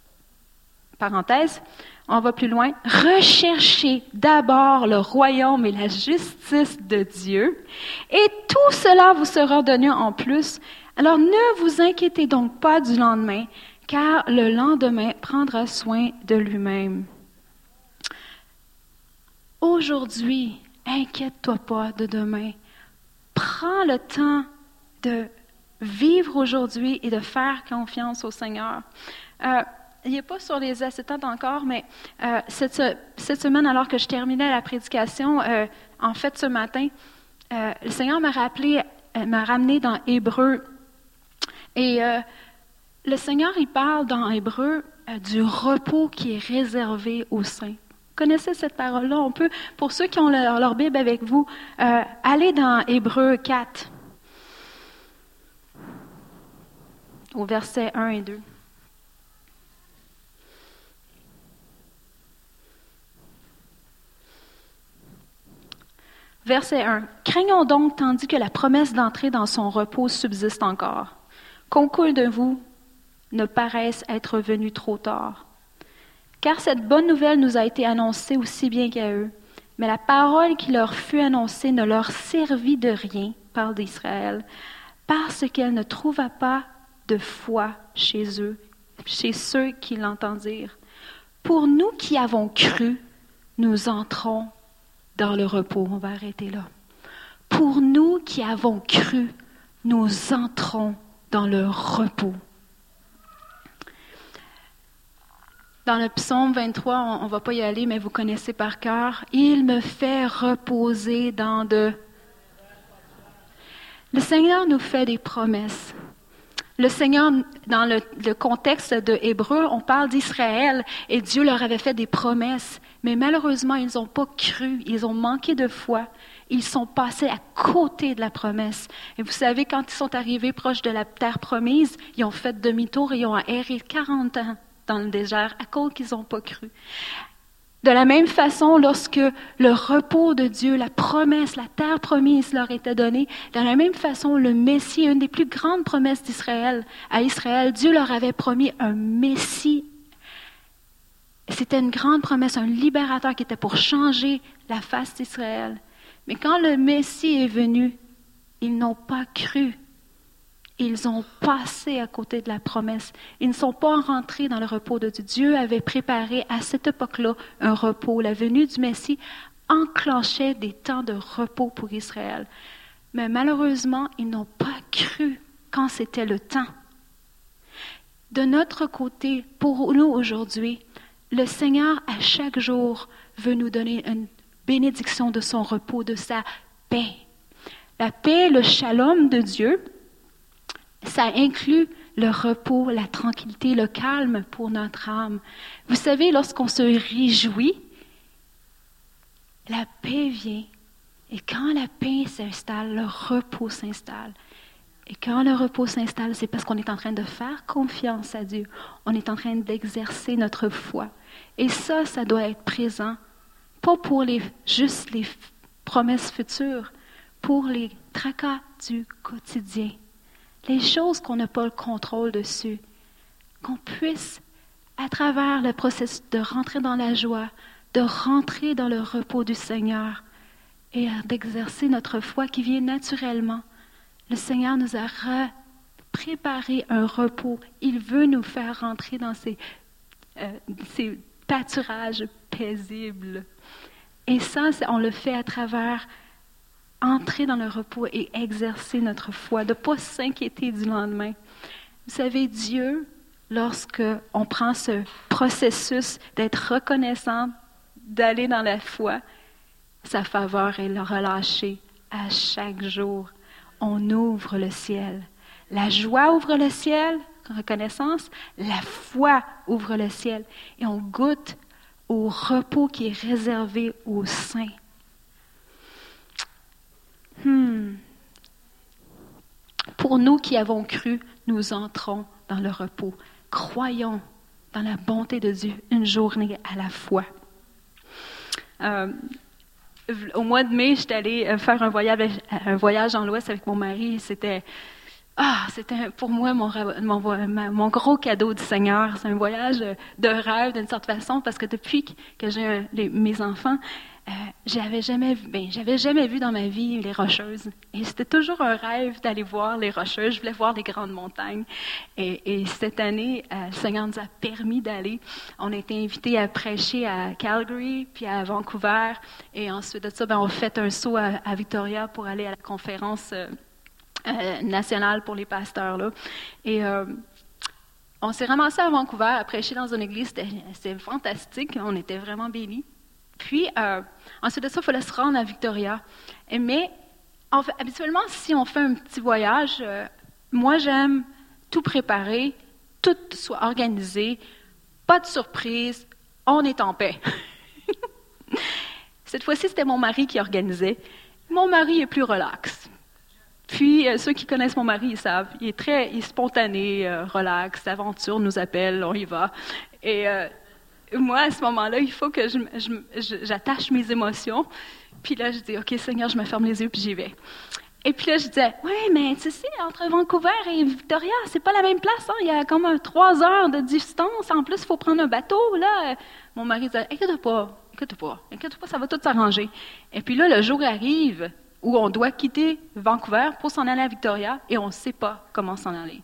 Parenthèse. On va plus loin. Recherchez d'abord le royaume et la justice de Dieu, et tout cela vous sera donné en plus. Alors ne vous inquiétez donc pas du lendemain, car le lendemain prendra soin de lui-même. Aujourd'hui, inquiète-toi pas de demain. Prends le temps de vivre aujourd'hui et de faire confiance au Seigneur. Euh, Il n'est pas sur les acétates encore, mais euh, cette, cette semaine, alors que je terminais la prédication, euh, en fait, ce matin, euh, le Seigneur m'a rappelé, euh, m'a ramené dans Hébreu. Et euh, le Seigneur, il parle dans Hébreu euh, du repos qui est réservé aux saints. Vous connaissez cette parole-là? On peut, pour ceux qui ont leur, leur Bible avec vous, euh, aller dans Hébreu quatre, au verset un et deux. Verset un. « Craignons donc, tandis que la promesse d'entrer dans son repos subsiste encore, qu'aucun de vous ne paraisse être venu trop tard. Car cette bonne nouvelle nous a été annoncée aussi bien qu'à eux. Mais la parole qui leur fut annoncée ne leur servit de rien, parle d'Israël, parce qu'elle ne trouva pas de foi chez eux, chez ceux qui l'entendirent. Pour nous qui avons cru, nous entrons dans le repos. On va arrêter là. Pour nous qui avons cru, nous entrons dans le repos. Dans le psaume vingt-trois, on ne va pas y aller, mais vous connaissez par cœur. « Il me fait reposer dans de... » Le Seigneur nous fait des promesses. Le Seigneur, dans le, le contexte de Hébreu, on parle d'Israël et Dieu leur avait fait des promesses. Mais malheureusement, ils n'ont pas cru, ils ont manqué de foi. Ils sont passés à côté de la promesse. Et vous savez, quand ils sont arrivés proches de la terre promise, ils ont fait demi-tour et ils ont erré quarante ans dans le désert à cause qu'ils n'ont pas cru. De la même façon, lorsque le repos de Dieu, la promesse, la terre promise leur était donnée, de la même façon, le Messie, une des plus grandes promesses d'Israël, à Israël, Dieu leur avait promis un Messie. C'était une grande promesse, un libérateur qui était pour changer la face d'Israël. Mais quand le Messie est venu, ils n'ont pas cru. Ils ont passé à côté de la promesse. Ils ne sont pas rentrés dans le repos de Dieu. Dieu avait préparé à cette époque-là un repos. La venue du Messie enclenchait des temps de repos pour Israël. Mais malheureusement, ils n'ont pas cru quand c'était le temps. De notre côté, pour nous aujourd'hui, le Seigneur, à chaque jour, veut nous donner une bénédiction de son repos, de sa paix. La paix, le shalom de Dieu, ça inclut le repos, la tranquillité, le calme pour notre âme. Vous savez, lorsqu'on se réjouit, la paix vient. Et quand la paix s'installe, le repos s'installe. Et quand le repos s'installe, c'est parce qu'on est en train de faire confiance à Dieu. On est en train d'exercer notre foi. Et ça, ça doit être présent, pas pour les, juste les promesses futures, pour les tracas du quotidien. Les choses qu'on n'a pas le contrôle dessus, qu'on puisse, à travers le processus de rentrer dans la joie, de rentrer dans le repos du Seigneur et d'exercer notre foi qui vient naturellement. Le Seigneur nous a préparé un repos. Il veut nous faire rentrer dans ces, euh, ces pâturages paisibles. Et ça, on le fait à travers entrer dans le repos et exercer notre foi, de ne pas s'inquiéter du lendemain. Vous savez, Dieu, lorsque on prend ce processus d'être reconnaissant, d'aller dans la foi, sa faveur est relâchée à chaque jour. On ouvre le ciel. La joie ouvre le ciel, reconnaissance. La foi ouvre le ciel. Et on goûte au repos qui est réservé aux saints. Hmm. Pour nous qui avons cru, nous entrons dans le repos. Croyons dans la bonté de Dieu, une journée à la fois. Euh, au mois de mai, j'étais allée faire un voyage, un voyage en l'Ouest avec mon mari. C'était, ah, c'était pour moi mon, mon, mon gros cadeau du Seigneur. C'est un voyage de rêve d'une certaine façon parce que depuis que j'ai un, les, mes enfants, Euh, j'avais jamais vu, ben, j'avais jamais vu dans ma vie les Rocheuses. Et c'était toujours un rêve d'aller voir les Rocheuses. Je voulais voir les grandes montagnes. Et, et cette année, euh, le Seigneur nous a permis d'aller. On a été invités à prêcher à Calgary, puis à Vancouver. Et ensuite de ça, ben, on a fait un saut à, à Victoria pour aller à la conférence euh, euh, nationale pour les pasteurs, là. Et euh, on s'est ramassé à Vancouver à prêcher dans une église. C'était, c'était fantastique. On était vraiment bénis. Puis, euh, ensuite de ça, il fallait se rendre à Victoria. Et, mais, en fait, habituellement, si on fait un petit voyage, euh, moi, j'aime tout préparer, tout soit organisé, pas de surprise, on est en paix. Cette fois-ci, c'était mon mari qui organisait. Mon mari est plus relax. Puis, euh, ceux qui connaissent mon mari, ils savent, il est très il est spontané, euh, relax, aventure nous appelle, on y va. Et... Euh, moi, à ce moment-là, il faut que je, je, je, j'attache mes émotions. Puis là, je dis, OK, Seigneur, je me ferme les yeux, puis j'y vais. Et puis là, je disais, oui, mais tu sais, entre Vancouver et Victoria, c'est pas la même place. Hein? Il y a comme un, trois heures de distance. En plus, il faut prendre un bateau. Là, mon mari disait, inquiète pas, inquiète pas, inquiète pas, ça va tout s'arranger. Et puis là, le jour arrive où on doit quitter Vancouver pour s'en aller à Victoria et on ne sait pas comment s'en aller.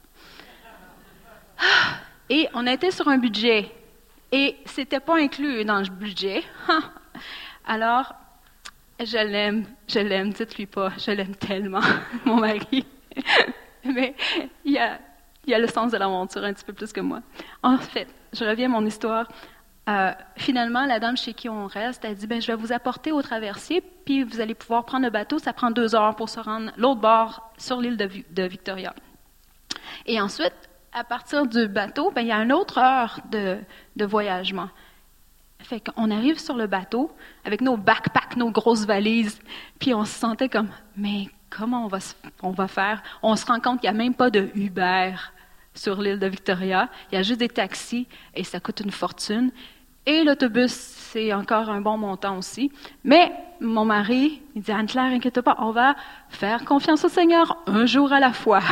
Et on était sur un budget et c'était pas inclus dans le budget. Alors, je l'aime, je l'aime, dites-lui pas, je l'aime tellement, mon mari. Mais il a, il a le sens de l'aventure un petit peu plus que moi. En fait, je reviens à mon histoire. Euh, finalement, la dame chez qui on reste, elle dit, ben, je vais vous apporter au traversier, puis vous allez pouvoir prendre le bateau. Ça prend deux heures pour se rendre l'autre bord sur l'île de, de Victoria. Et ensuite, à partir du bateau, ben, il y a une autre heure de, de voyagement. Fait qu'on arrive sur le bateau avec nos backpacks, nos grosses valises, puis on se sentait comme, mais comment on va, se, on va faire? On se rend compte qu'il n'y a même pas de Uber sur l'île de Victoria. Il y a juste des taxis et ça coûte une fortune. Et l'autobus, c'est encore un bon montant aussi. Mais mon mari, il dit, Anne-Claire, inquiète pas, on va faire confiance au Seigneur un jour à la fois.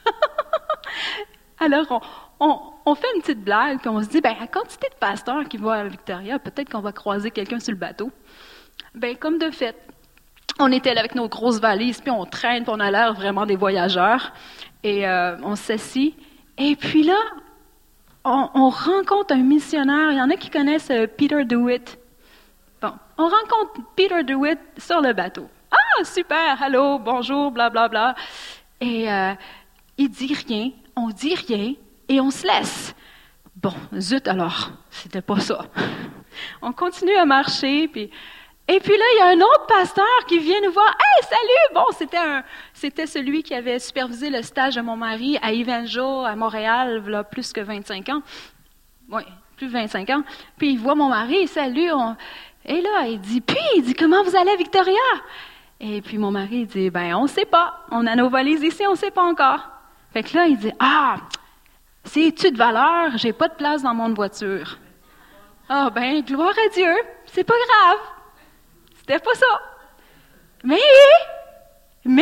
Alors, on, on, on fait une petite blague, puis on se dit, ben, la quantité de pasteurs qui vont à Victoria, peut-être qu'on va croiser quelqu'un sur le bateau. Ben, comme de fait, on était là avec nos grosses valises, puis on traîne, puis on a l'air vraiment des voyageurs. Et euh, on s'assit. Et puis là, on, on rencontre un missionnaire. Il y en a qui connaissent euh, Peter DeWitt. Bon, on rencontre Peter DeWitt sur le bateau. Ah, super, allô, bonjour, blablabla. Bla, bla. Et euh, il dit rien, on dit rien, et on se laisse. Bon, zut alors, c'était pas ça. On continue à marcher, puis... Et puis là, il y a un autre pasteur qui vient nous voir. « Hey, salut! » Bon, c'était un, c'était celui qui avait supervisé le stage de mon mari à Evangel, à Montréal, il y a plus que vingt-cinq ans. Oui, plus de vingt-cinq ans. Puis il voit mon mari, « Salut! » on... Et là, il dit, « Puis, il dit, comment vous allez à Victoria? » Et puis mon mari, il dit, « Ben, on ne sait pas. On a nos valises ici, on ne sait pas encore. » Fait que là, il dit, « Ah, c'est études de valeur, j'ai pas de place dans mon voiture. » Ah, ben, gloire à Dieu, c'est pas grave. C'était pas ça. Mais, mais,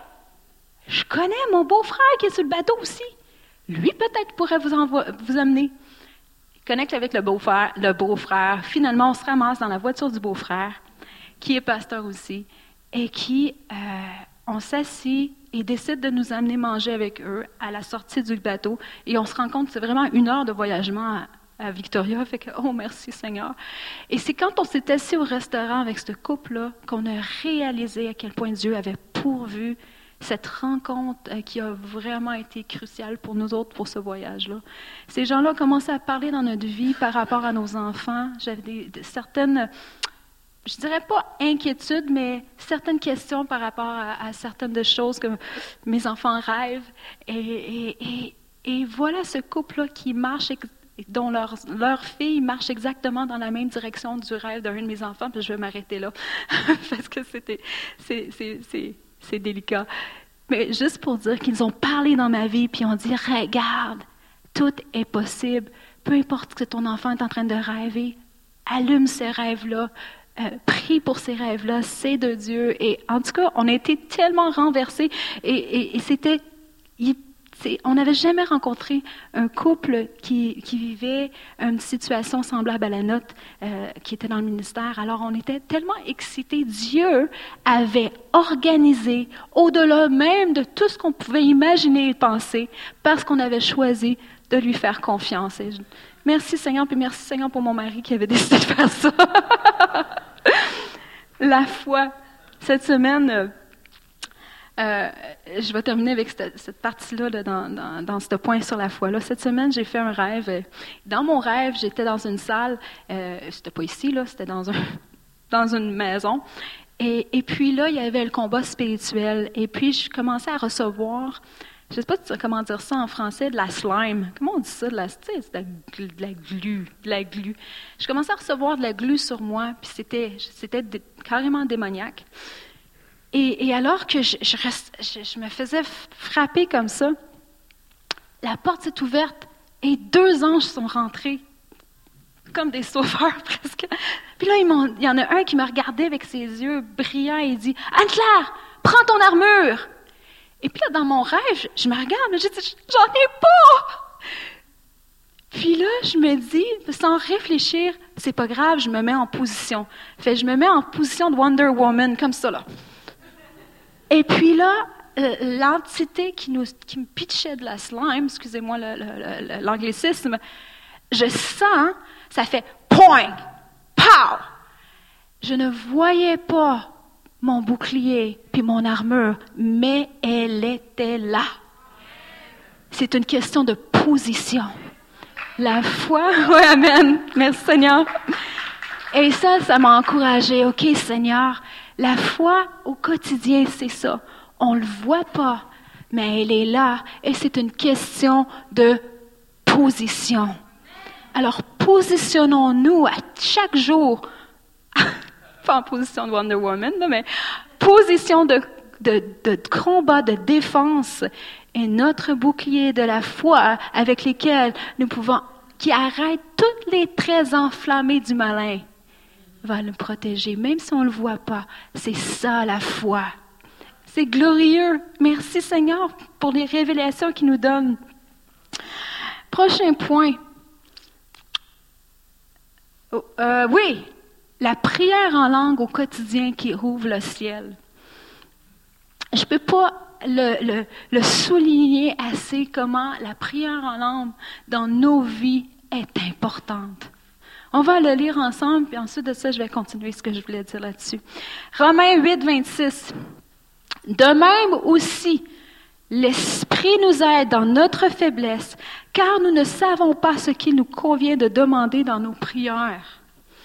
je connais mon beau-frère qui est sur le bateau aussi. Lui, peut-être, pourrait vous, envo- vous amener. Il connecte avec le beau-frère, le beau-frère. Finalement, on se ramasse dans la voiture du beau-frère, qui est pasteur aussi, et qui, euh, on s'assit et décide de nous amener manger avec eux à la sortie du bateau. Et on se rend compte que c'est vraiment une heure de voyagement à, à Victoria, fait que, oh, merci Seigneur. Et c'est quand on s'est assis au restaurant avec ce couple-là qu'on a réalisé à quel point Dieu avait pourvu cette rencontre euh, qui a vraiment été cruciale pour nous autres, pour ce voyage-là. Ces gens-là commençaient à parler dans notre vie par rapport à nos enfants. J'avais des, des, certaines, je dirais pas inquiétudes, mais certaines questions par rapport à, à certaines des choses que mes enfants rêvent. Et, et, et, et voilà ce couple-là qui marche dont leur, leur fille marche exactement dans la même direction du rêve d'un de mes enfants, puis je vais m'arrêter là, parce que c'était, c'est, c'est, c'est, c'est délicat. Mais juste pour dire qu'ils ont parlé dans ma vie, puis ont dit, regarde, tout est possible, peu importe ce que ton enfant est en train de rêver, allume ces rêves-là, euh, prie pour ces rêves-là, c'est de Dieu. Et en tout cas, on a été tellement renversés, et, et, et c'était... Il, C'est, on n'avait jamais rencontré un couple qui, qui vivait une situation semblable à la nôtre, euh, qui était dans le ministère. Alors, on était tellement excités. Dieu avait organisé, au-delà même de tout ce qu'on pouvait imaginer et penser, parce qu'on avait choisi de lui faire confiance. Et je, merci Seigneur, puis merci Seigneur pour mon mari qui avait décidé de faire ça. La foi. Cette semaine... Euh, Euh, je vais terminer avec cette, cette partie-là là, dans, dans, dans ce point sur la foi-là. Cette semaine, j'ai fait un rêve. Dans mon rêve, j'étais dans une salle, euh, c'était pas ici, là, c'était dans, un, dans une maison. Et, et puis là, il y avait le combat spirituel. Et puis, je commençais à recevoir, je ne sais pas comment dire ça en français, de la slime. Comment on dit ça? De la, tu sais, c'est de, la, de la glu. De la glu. Je commençais à recevoir de la glu sur moi, puis c'était, c'était dé, carrément démoniaque. Et, et alors que je, je, reste, je, je me faisais frapper comme ça, la porte s'est ouverte et deux anges sont rentrés, comme des sauveurs presque. Puis là, ils m'ont, il y en a un qui me regardait avec ses yeux brillants et il dit « Anne-Claire, prends ton armure! » Et puis là, dans mon rêve, je, je me regarde, mais je dis « J'en ai pas! » Puis là, je me dis, sans réfléchir, c'est pas grave, je me mets en position. Fait, je me mets en position de Wonder Woman, comme ça, là. Et puis là, l'entité qui, nous, qui me pitchait de la slime, excusez-moi le, le, le, l'anglicisme, je sens, ça fait point, pow! Je ne voyais pas mon bouclier puis mon armure, mais elle était là. C'est une question de position. La foi, oui, amen, merci Seigneur. Et ça, ça m'a encouragée. OK, Seigneur, la foi au quotidien, c'est ça. On ne le voit pas, mais elle est là. Et c'est une question de position. Alors, positionnons-nous à chaque jour, pas en position de Wonder Woman, là, mais position de, de, de combat, de défense, et notre bouclier de la foi avec lesquels nous pouvons, qui arrête tous les traits enflammés du malin, va nous protéger, même si on ne le voit pas. C'est ça la foi. C'est glorieux. Merci Seigneur pour les révélations qu'il nous donne. Prochain point. Oh, euh, oui, la prière en langue au quotidien qui rouvre le ciel. Je ne peux pas le, le, le souligner assez comment la prière en langue dans nos vies est importante. On va le lire ensemble, puis ensuite de ça, je vais continuer ce que je voulais dire là-dessus. Romains huit, vingt-six. De même aussi, l'Esprit nous aide dans notre faiblesse, car nous ne savons pas ce qu'il nous convient de demander dans nos prières.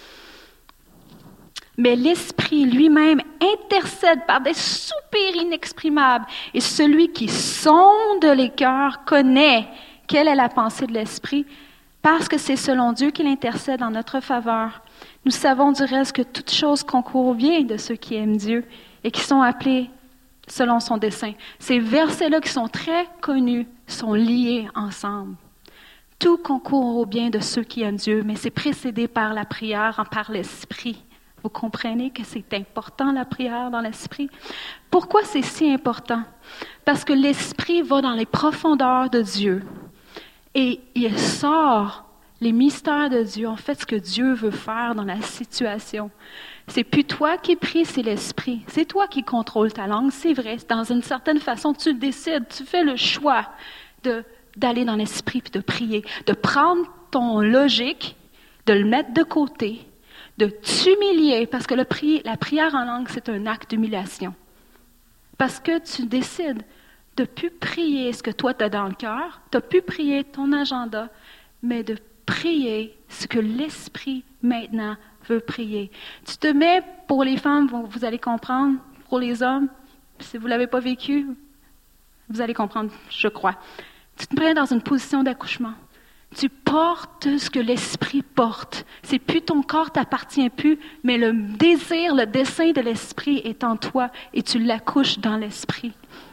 Mais l'Esprit lui-même intercède par des soupirs inexprimables, et celui qui sonde les cœurs connaît quelle est la pensée de l'Esprit, parce que c'est selon Dieu qu'il intercède en notre faveur. Nous savons du reste que toute chose concourt bien de ceux qui aiment Dieu et qui sont appelés selon son dessein. Ces versets-là qui sont très connus sont liés ensemble. Tout concourt au bien de ceux qui aiment Dieu, mais c'est précédé par la prière, par l'Esprit. Vous comprenez que c'est important la prière dans l'Esprit? Pourquoi c'est si important? Parce que l'Esprit va dans les profondeurs de Dieu et il sort les mystères de Dieu, en fait ce que Dieu veut faire dans la situation. C'est plus toi qui pries, c'est l'Esprit. C'est toi qui contrôles ta langue, c'est vrai. Dans une certaine façon, tu décides, tu fais le choix de, d'aller dans l'Esprit puis de prier, de prendre ton logique, de le mettre de côté, de t'humilier, parce que le pri- la prière en langue, c'est un acte d'humiliation. Parce que tu décides de ne plus prier ce que toi tu as dans le cœur, tu n'as plus prier ton agenda, mais de prier ce que l'Esprit maintenant veut prier. Tu te mets, pour les femmes, vous, vous allez comprendre, pour les hommes, si vous ne l'avez pas vécu, vous allez comprendre, je crois. Tu te mets dans une position d'accouchement. Tu portes ce que l'Esprit porte. C'est plus ton corps t'appartient plus, mais le désir, le dessein de l'Esprit est en toi et tu l'accouches dans l'Esprit.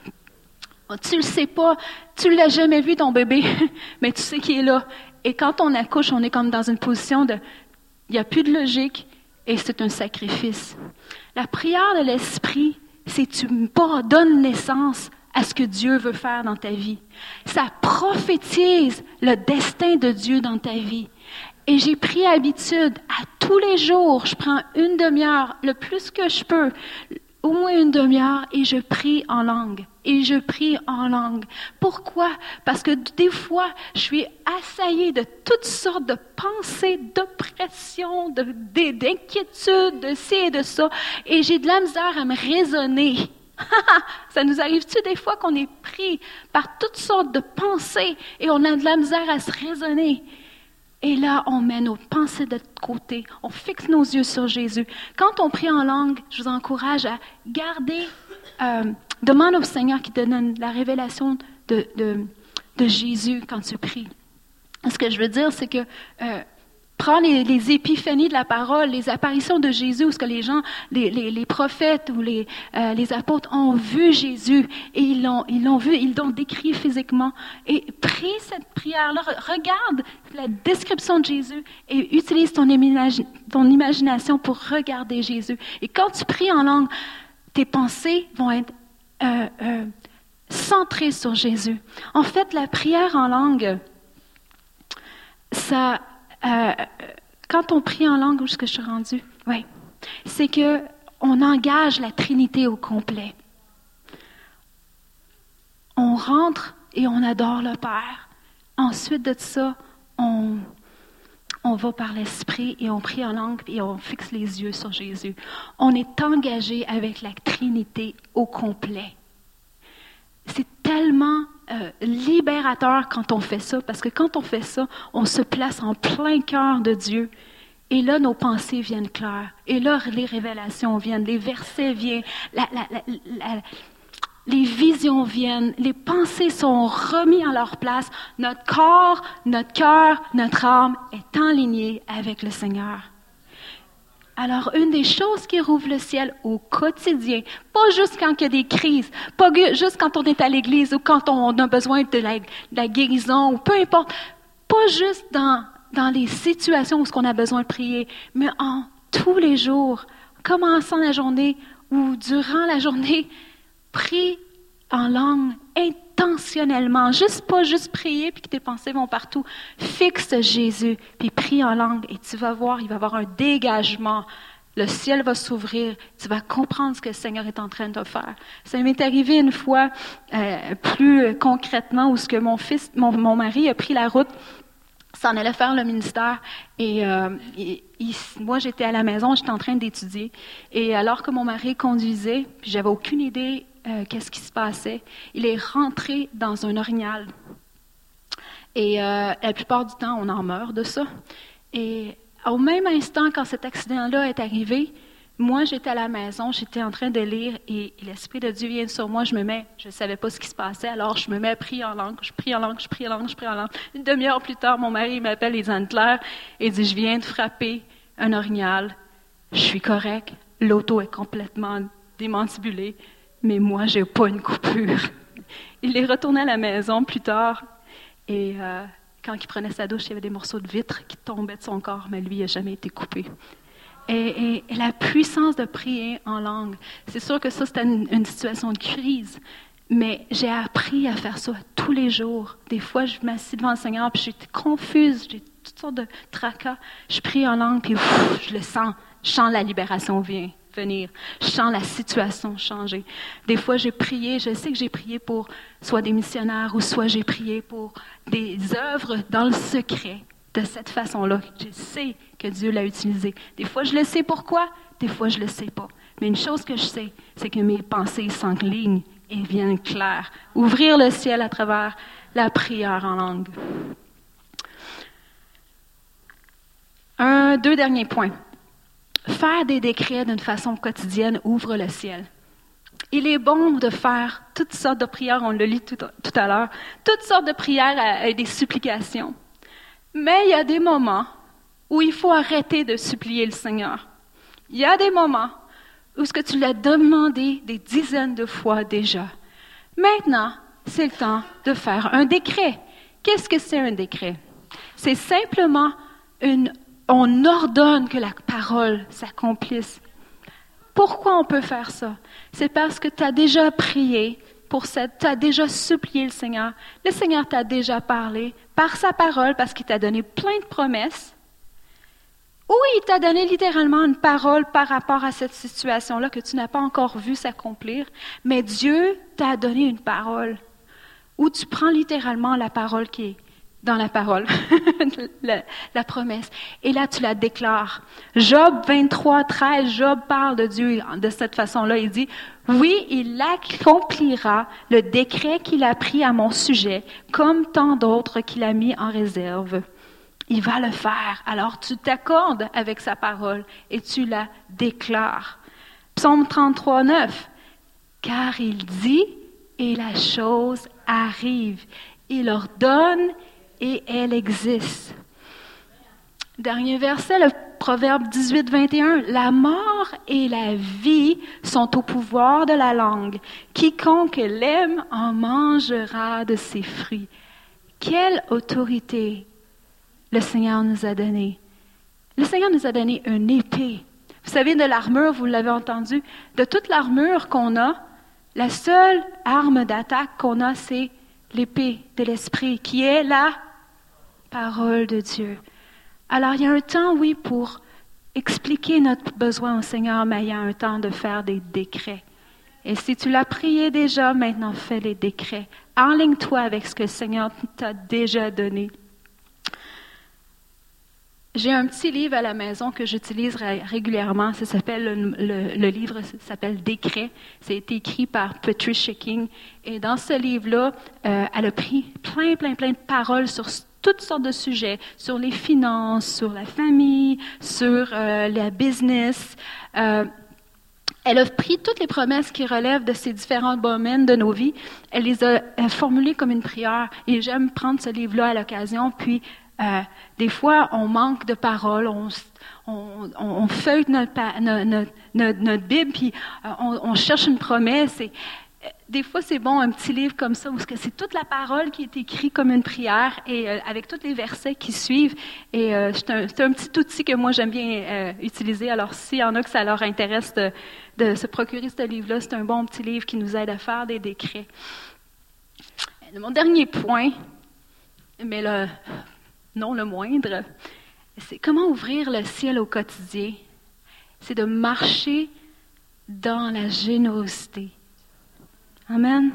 Tu le sais pas, tu l'as jamais vu ton bébé, mais tu sais qu'il est là. Et quand on accouche, on est comme dans une position de, il n'y a plus de logique et c'est un sacrifice. La prière de l'Esprit, c'est tu donnes naissance à ce que Dieu veut faire dans ta vie. Ça prophétise le destin de Dieu dans ta vie. Et j'ai pris habitude, à tous les jours, je prends une demi-heure, le plus que je peux, au moins une demi-heure, et je prie en langue. Et je prie en langue. Pourquoi? Parce que des fois, je suis assaillie de toutes sortes de pensées, d'oppression, de, de, d'inquiétudes, de ci et de ça, et j'ai de la misère à me raisonner. Ça nous arrive-tu des fois qu'on est pris par toutes sortes de pensées et on a de la misère à se raisonner? Et là, on met nos pensées de côté, on fixe nos yeux sur Jésus. Quand on prie en langue, je vous encourage à garder, euh, demande au Seigneur qui te donne la révélation de, de, de Jésus quand tu pries. Ce que je veux dire, c'est que euh, prends les, les épiphanies de la parole, les apparitions de Jésus, où ce que les gens, les, les, les prophètes ou les, euh, les apôtres ont vu Jésus et ils l'ont, ils l'ont vu, ils l'ont décrit physiquement. Et prie cette prière-là, regarde la description de Jésus et utilise ton, imagi- ton imagination pour regarder Jésus. Et quand tu pries en langue, tes pensées vont être euh, euh, centrées sur Jésus. En fait, la prière en langue, ça, euh, quand on prie en langue, où est-ce que je suis rendue? Oui. C'est que on engage la Trinité au complet. On rentre et on adore le Père. Ensuite de ça, on, on va par l'Esprit et on prie en langue et on fixe les yeux sur Jésus. On est engagé avec la Trinité au complet. C'est tellement euh, libérateur quand on fait ça, parce que quand on fait ça, on se place en plein cœur de Dieu. Et là, nos pensées viennent claires. Et là, les révélations viennent, les versets viennent, la, la, la, la, les visions viennent, les pensées sont remises à leur place. Notre corps, notre cœur, notre âme est enlignée avec le Seigneur. Alors, une des choses qui rouvre le ciel au quotidien, pas juste quand il y a des crises, pas juste quand on est à l'église ou quand on a besoin de la, de la guérison, ou peu importe, pas juste dans, dans les situations où on a besoin de prier, mais en tous les jours, commençant la journée ou durant la journée, prie en langue intentionnellement, juste pas juste prier puis que tes pensées vont partout. Fixe Jésus puis prie en langue et tu vas voir, il va y avoir un dégagement. Le ciel va s'ouvrir, tu vas comprendre ce que le Seigneur est en train de faire. Ça m'est arrivé une fois euh, plus concrètement où ce que mon fils, mon, mon mari a pris la route, s'en allait faire le ministère et, euh, et, et moi j'étais à la maison, j'étais en train d'étudier et alors que mon mari conduisait, puis j'avais aucune idée Euh, qu'est-ce qui se passait. Il est rentré dans un orignal. Et euh, la plupart du temps, on en meurt de ça. Et au même instant, quand cet accident-là est arrivé, moi, j'étais à la maison, j'étais en train de lire et, et l'Esprit de Dieu vient sur moi. Je me mets, je ne savais pas ce qui se passait, alors je me mets à prier en langue. Je prie en langue, je prie en langue, je prie en langue. Une demi-heure plus tard, mon mari m'appelle les Anne-Claire et dit, je viens de frapper un orignal. Je suis correct. L'auto est complètement démantibulée. Mais moi, je n'ai pas une coupure. Il est retourné à la maison plus tard et euh, quand il prenait sa douche, il y avait des morceaux de vitre qui tombaient de son corps, mais lui, il n'a jamais été coupé. Et, et, et la puissance de prier en langue, c'est sûr que ça, c'était une, une situation de crise, mais j'ai appris à faire ça tous les jours. Des fois, je m'assis devant le Seigneur, puis j'étais confuse, j'ai toutes sortes de tracas. Je prie en langue, puis pff, je le sens, je sens la libération vient. venir. Je sens la situation changer. Des fois, j'ai prié, je sais que j'ai prié pour soit des missionnaires ou soit j'ai prié pour des œuvres dans le secret. De cette façon-là, je sais que Dieu l'a utilisé. Des fois, je le sais pourquoi, des fois, je ne le sais pas. Mais une chose que je sais, c'est que mes pensées s'enlignent et viennent claires. Ouvrir le ciel à travers la prière en langue. Un, deux derniers points. Faire des décrets d'une façon quotidienne ouvre le ciel. Il est bon de faire toutes sortes de prières, on le lit tout, tout à l'heure, toutes sortes de prières et des supplications. Mais il y a des moments où il faut arrêter de supplier le Seigneur. Il y a des moments où ce que tu l'as demandé des dizaines de fois déjà. Maintenant, c'est le temps de faire un décret. Qu'est-ce que c'est un décret? C'est simplement une on ordonne que la parole s'accomplisse. Pourquoi on peut faire ça? C'est parce que tu as déjà prié, pour cette, tu as déjà supplié le Seigneur. Le Seigneur t'a déjà parlé par sa parole parce qu'il t'a donné plein de promesses. Ou il t'a donné littéralement une parole par rapport à cette situation-là que tu n'as pas encore vue s'accomplir. Mais Dieu t'a donné une parole où tu prends littéralement la parole qui est dans la parole, la, la promesse. Et là, tu la déclares. Job vingt-trois, treize, Job parle de Dieu de cette façon-là. Il dit, « Oui, il accomplira le décret qu'il a pris à mon sujet, comme tant d'autres qu'il a mis en réserve. Il va le faire. » Alors, tu t'accordes avec sa parole et tu la déclares. Psaume trente-trois, neuf. « Car il dit, et la chose arrive. Il ordonne, et elle existe. » Dernier verset, le Proverbe dix-huit, vingt et un. « La mort et la vie sont au pouvoir de la langue. Quiconque l'aime en mangera de ses fruits. » Quelle autorité le Seigneur nous a donnée. Le Seigneur nous a donné une épée. Vous savez, de l'armure, vous l'avez entendu, de toute l'armure qu'on a, la seule arme d'attaque qu'on a, c'est l'épée de l'Esprit, qui est la Parole de Dieu. Alors, il y a un temps, oui, pour expliquer notre besoin au Seigneur, mais il y a un temps de faire des décrets. Et si tu l'as prié déjà, maintenant fais les décrets. Enligne-toi avec ce que le Seigneur t'a déjà donné. J'ai un petit livre à la maison que j'utilise régulièrement. Ça s'appelle le, le, le livre s'appelle Décrets. C'est été écrit par Patricia King. Et dans ce livre-là, euh, elle a pris plein, plein, plein de paroles sur toutes sortes de sujets, sur les finances, sur la famille, sur euh, la business. Euh, Elle a pris toutes les promesses qui relèvent de ces différents domaines de nos vies. Elle les a formulées comme une prière. Et j'aime prendre ce livre-là à l'occasion. Puis, euh, des fois, on manque de paroles. On, on, on feuille notre, notre, notre, notre Bible, puis on, on cherche une promesse. Et, des fois, c'est bon, un petit livre comme ça, où c'est toute la parole qui est écrite comme une prière, et euh, avec tous les versets qui suivent. Et euh, c'est, un, c'est un petit outil que moi, j'aime bien euh, utiliser. Alors, s'il y en a que ça leur intéresse de, de se procurer ce livre-là, c'est un bon petit livre qui nous aide à faire des décrets. Et mon dernier point, mais le, non le moindre, c'est comment ouvrir le ciel au quotidien. C'est de marcher dans la générosité. Amen.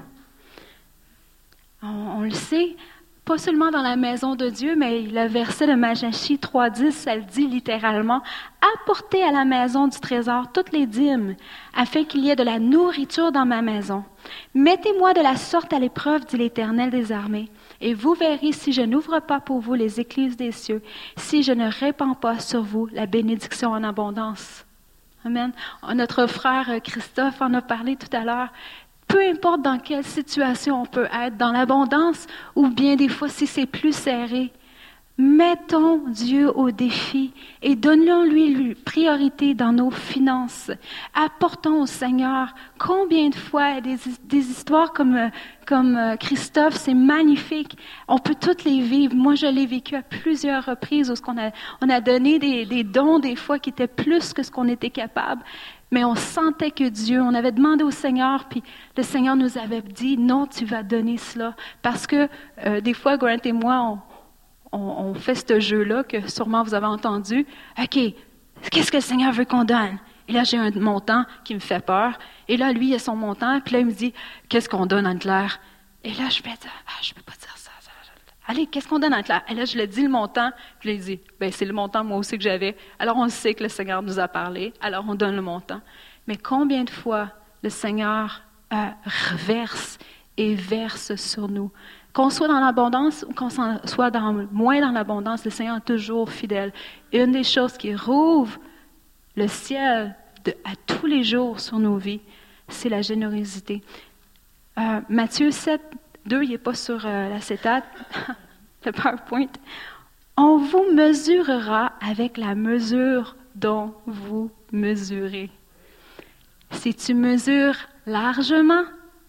On, on le sait, pas seulement dans la maison de Dieu, mais le verset de Malachie trois dix, ça le dit littéralement, « Apportez à la maison du trésor toutes les dîmes, afin qu'il y ait de la nourriture dans ma maison. Mettez-moi de la sorte à l'épreuve, dit l'Éternel des armées, et vous verrez si je n'ouvre pas pour vous les écluses des cieux, si je ne répands pas sur vous la bénédiction en abondance. » Amen. Notre frère Christophe en a parlé tout à l'heure. Peu importe dans quelle situation on peut être, dans l'abondance ou bien des fois si c'est plus serré, mettons Dieu au défi et donnons-lui priorité dans nos finances. Apportons au Seigneur combien de fois des, des histoires comme, comme Christophe, c'est magnifique. On peut toutes les vivre. Moi, je l'ai vécu à plusieurs reprises où on a, on a donné des, des dons des fois qui étaient plus que ce qu'on était capable. Mais on sentait que Dieu, on avait demandé au Seigneur, puis le Seigneur nous avait dit, non, tu vas donner cela. Parce que euh, des fois, Grant et moi, on, on, on fait ce jeu-là que sûrement vous avez entendu. OK, qu'est-ce que le Seigneur veut qu'on donne? Et là, j'ai un montant qui me fait peur. Et là, lui, il a son montant, puis là, il me dit, qu'est-ce qu'on donne en clair? Et là, je vais dire, ah, je peux pas dire ça. Allez, qu'est-ce qu'on donne en clair? Et là, je lui dis le montant, puis il dit, bien, c'est le montant moi aussi que j'avais. Alors, on sait que le Seigneur nous a parlé, alors on donne le montant. Mais combien de fois le Seigneur euh, reverse et verse sur nous? Qu'on soit dans l'abondance ou qu'on soit dans, moins dans l'abondance, le Seigneur est toujours fidèle. Et une des choses qui rouvre le ciel de, à tous les jours sur nos vies, c'est la générosité. Euh, Matthieu sept, deux, il n'est pas sur euh, l'acétate, le PowerPoint. On vous mesurera avec la mesure dont vous mesurez. Si tu mesures largement,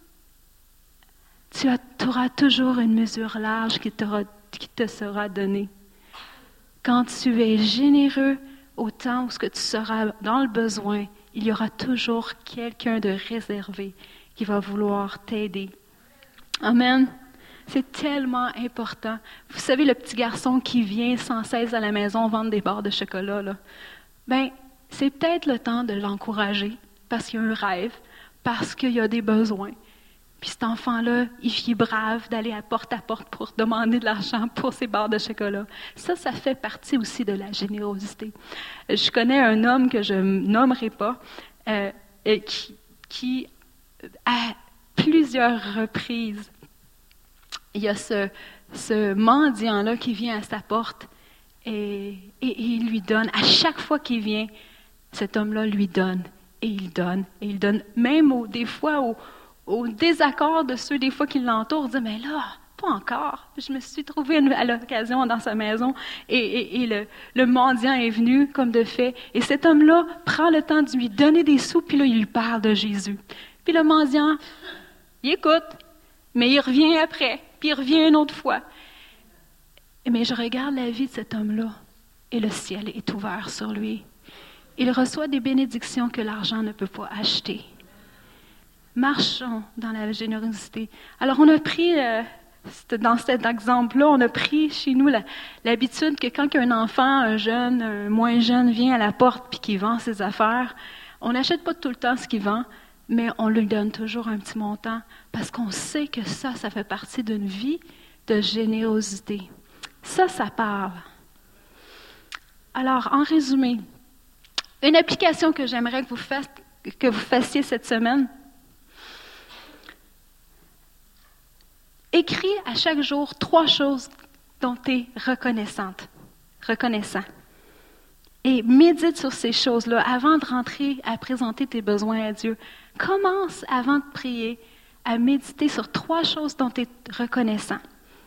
tu auras toujours une mesure large qui, qui te sera donnée. Quand tu es généreux, autant où ce que tu seras dans le besoin, il y aura toujours quelqu'un de réservé qui va vouloir t'aider. Amen. C'est tellement important. Vous savez, le petit garçon qui vient sans cesse à la maison vendre des barres de chocolat, là, ben, c'est peut-être le temps de l'encourager parce qu'il y a un rêve, parce qu'il y a des besoins. Puis cet enfant-là, il est brave d'aller à porte à porte pour demander de l'argent pour ses barres de chocolat. Ça, ça fait partie aussi de la générosité. Je connais un homme que je ne nommerai pas, euh, qui, qui, à plusieurs reprises, il y a ce, ce mendiant-là qui vient à sa porte et, et, et il lui donne. À chaque fois qu'il vient, cet homme-là lui donne et il donne et il donne. Même au, des fois au, au désaccord de ceux des fois qui l'entourent, dit mais là, pas encore. Je me suis trouvée à l'occasion dans sa maison et, et, et le, le mendiant est venu comme de fait. Et cet homme-là prend le temps de lui donner des sous, puis là, il lui parle de Jésus. Puis le mendiant, il écoute, mais il revient après, puis il revient une autre fois. Mais je regarde la vie de cet homme-là et le ciel est ouvert sur lui. Il reçoit des bénédictions que l'argent ne peut pas acheter. Marchons dans la générosité. Alors, on a pris euh, Dans cet exemple-là, on a pris chez nous la, l'habitude que quand un enfant, un jeune, un moins jeune vient à la porte puis qu'il vend ses affaires, on n'achète pas tout le temps ce qu'il vend, mais on lui donne toujours un petit montant parce qu'on sait que ça, ça fait partie d'une vie de générosité. Ça, ça parle. Alors, en résumé, une application que j'aimerais que vous fassiez, que vous fassiez cette semaine, écris à chaque jour trois choses dont tu es reconnaissante, reconnaissant. Et médite sur ces choses-là avant de rentrer à présenter tes besoins à Dieu. Commence avant de prier à méditer sur trois choses dont tu es reconnaissant.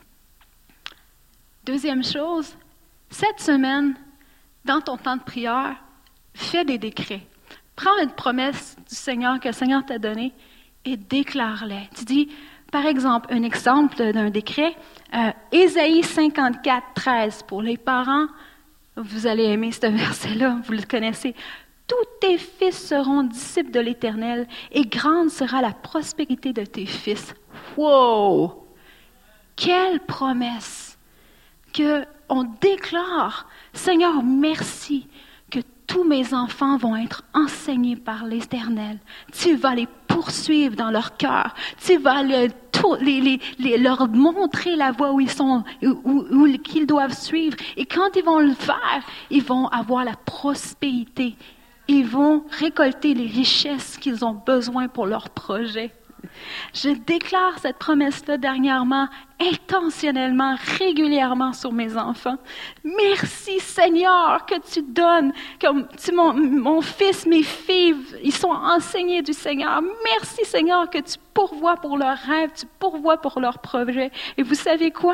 Deuxième chose, cette semaine, dans ton temps de prière, fais des décrets. Prends une promesse du Seigneur que le Seigneur t'a donnée et déclare-les. Tu dis, par exemple, un exemple d'un décret, euh, Ésaïe cinquante-quatre, treize, pour les parents, vous allez aimer ce verset-là, vous le connaissez. Tous tes fils seront disciples de l'Éternel et grande sera la prospérité de tes fils. Wow! Quelle promesse! Qu'on déclare, Seigneur, merci que tous mes enfants vont être enseignés par l'Éternel. Tu vas les poursuivre dans leur cœur. Tu vas les, les, les, les, leur montrer la voie où ils sont, où, où, qu'ils doivent suivre. Et quand ils vont le faire, ils vont avoir la prospérité. Ils vont récolter les richesses qu'ils ont besoin pour leur projet. Je déclare cette promesse-là dernièrement, intentionnellement, régulièrement sur mes enfants. Merci Seigneur que tu donnes, comme tu, mon, mon fils, mes filles, ils sont enseignés du Seigneur. Merci Seigneur que tu pourvois pour leurs rêves, tu pourvois pour leurs projets. Et vous savez quoi?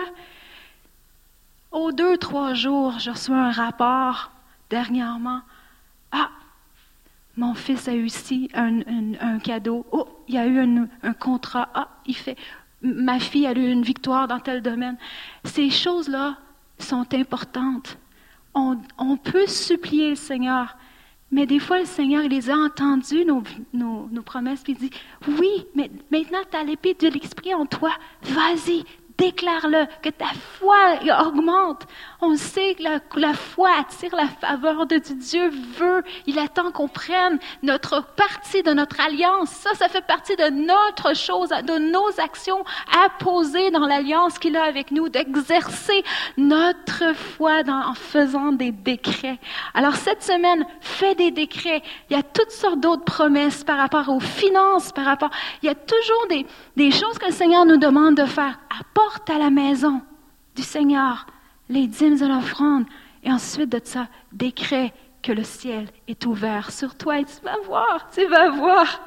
Aux deux, trois jours, je reçois un rapport dernièrement. Ah! Mon fils a eu ici un, un, un cadeau. Oh, il y a eu un, un contrat. Ah, il fait. Ma fille a eu une victoire dans tel domaine. Ces choses-là sont importantes. On, on peut supplier le Seigneur, mais des fois, le Seigneur, il les a entendues, nos, nos, nos promesses, puis il dit, oui, mais maintenant, tu as l'épée de l'Esprit en toi. Vas-y, déclare-le, que ta foi augmente. On sait que la, la foi attire la faveur de Dieu. Dieu veut, il attend qu'on prenne notre partie de notre alliance. Ça, ça fait partie de notre chose, de nos actions à poser dans l'alliance qu'il a avec nous, d'exercer notre foi dans, en faisant des décrets. Alors, cette semaine, fais des décrets. Il y a toutes sortes d'autres promesses par rapport aux finances, par rapport... Il y a toujours des, des choses que le Seigneur nous demande de faire. Apporte à la maison du Seigneur les dîmes et l'offrande. Et ensuite de ça, décret que le ciel est ouvert sur toi. Et tu vas voir, tu vas voir.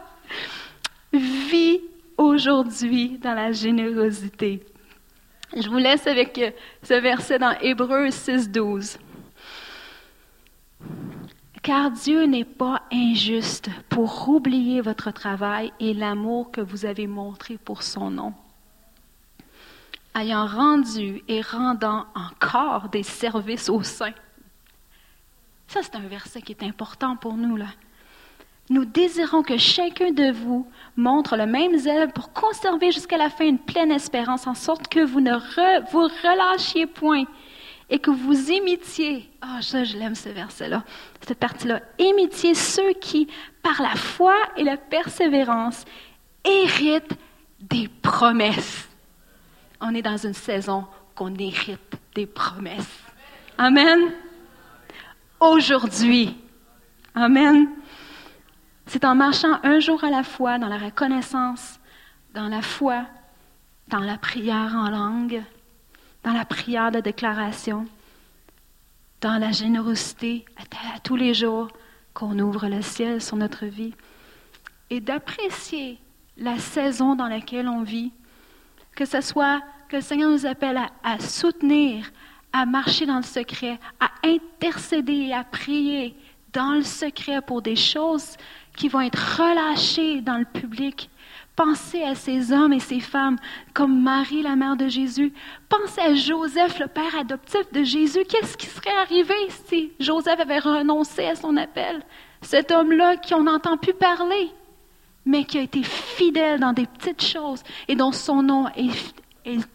Vis aujourd'hui dans la générosité. Je vous laisse avec ce verset dans Hébreux six, douze. Car Dieu n'est pas injuste pour oublier votre travail et l'amour que vous avez montré pour son nom, ayant rendu et rendant encore des services aux saints. Ça, c'est un verset qui est important pour nous, là. Nous désirons que chacun de vous montre le même zèle pour conserver jusqu'à la fin une pleine espérance, en sorte que vous ne re, vous relâchiez point et que vous imitiez. Ah, oh, ça, je l'aime, ce verset-là, cette partie-là. Imitiez ceux qui, par la foi et la persévérance, héritent des promesses. On est dans une saison qu'on hérite des promesses. Amen. Aujourd'hui. Amen. C'est en marchant un jour à la fois dans la reconnaissance, dans la foi, dans la prière en langue, dans la prière de déclaration, dans la générosité à, à tous les jours qu'on ouvre le ciel sur notre vie et d'apprécier la saison dans laquelle on vit, que ce soit que le Seigneur nous appelle à, à soutenir, à marcher dans le secret, à intercéder et à prier dans le secret pour des choses qui vont être relâchées dans le public. Pensez à ces hommes et ces femmes comme Marie, la mère de Jésus. Pensez à Joseph, le père adoptif de Jésus. Qu'est-ce qui serait arrivé si Joseph avait renoncé à son appel? Cet homme-là qui on n'entend plus parler, mais qui a été fidèle dans des petites choses et dont son nom est, est,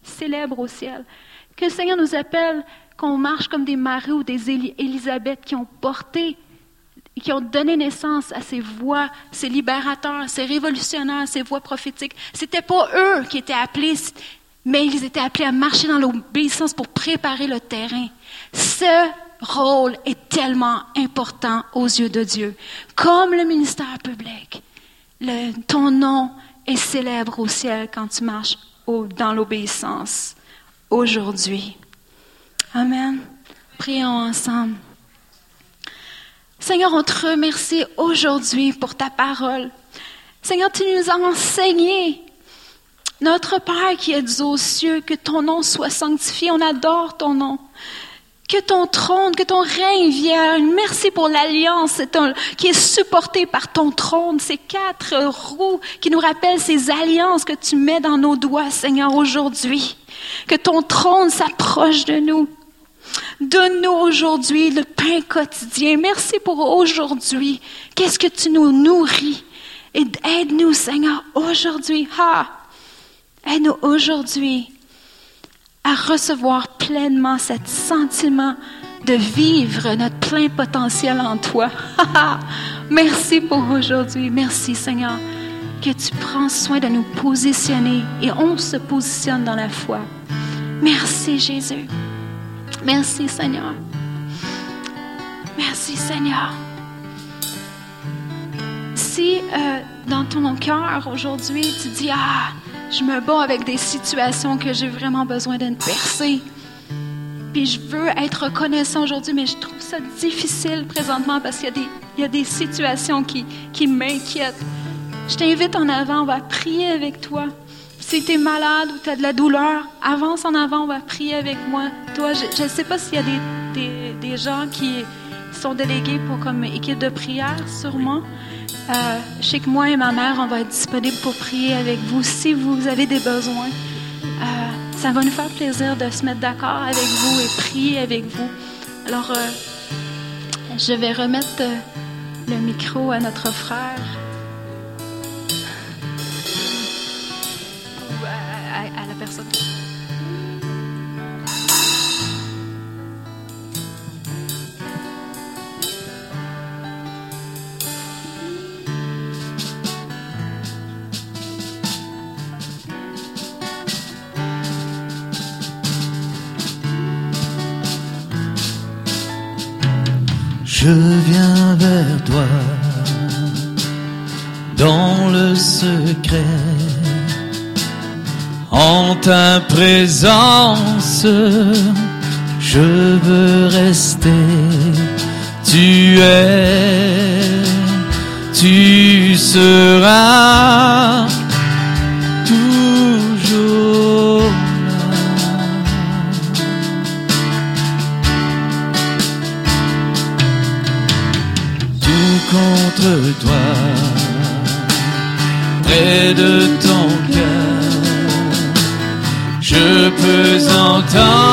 célèbre au ciel. Que le Seigneur nous appelle qu'on marche comme des Marie ou des Éli- Élisabeth qui ont porté, qui ont donné naissance à ces voix, ces libérateurs, ces révolutionnaires, ces voix prophétiques. C'était pas eux qui étaient appelés, mais ils étaient appelés à marcher dans l'obéissance pour préparer le terrain. Ce rôle est tellement important aux yeux de Dieu. Comme le ministère public, le, ton nom est célèbre au ciel quand tu marches au, dans l'obéissance aujourd'hui. Amen. Prions ensemble. Seigneur, on te remercie aujourd'hui pour ta parole. Seigneur, tu nous as enseigné, notre Père qui es aux cieux, que ton nom soit sanctifié. On adore ton nom. Que ton trône, que ton règne vienne. Merci pour l'alliance qui est supportée par ton trône, ces quatre roues qui nous rappellent ces alliances que tu mets dans nos doigts, Seigneur, aujourd'hui. Que ton trône s'approche de nous. Donne-nous aujourd'hui le pain quotidien. Merci pour aujourd'hui. Qu'est-ce que tu nous nourris? Et aide-nous, Seigneur, aujourd'hui. Ah! Aide-nous aujourd'hui à recevoir pleinement ce sentiment de vivre notre plein potentiel en toi. Merci pour aujourd'hui. Merci, Seigneur, que tu prends soin de nous positionner et on se positionne dans la foi. Merci, Jésus. Merci, Seigneur. Merci, Seigneur. Si euh, dans ton cœur aujourd'hui, tu dis « Ah, je me bats avec des situations que j'ai vraiment besoin d'une percée. Puis je veux être reconnaissant aujourd'hui, mais je trouve ça difficile présentement parce qu'il y a des, il y a des situations qui, qui m'inquiètent. » Je t'invite en avant, on va prier avec toi. Si tu es malade ou tu as de la douleur, avance en avant, on va prier avec moi. Toi, je ne sais pas s'il y a des, des, des gens qui sont délégués pour comme équipe de prière, sûrement. Euh, je sais que moi et ma mère, on va être disponibles pour prier avec vous si vous avez des besoins. Euh, ça va nous faire plaisir de se mettre d'accord avec vous et prier avec vous. Alors, euh, je vais remettre euh, le micro à notre frère. Ou à, à, à la personne. Je viens vers toi dans le secret, en ta présence, je veux rester. Tu es, tu seras toujours là. Contre toi, de ton cœur, je peux entendre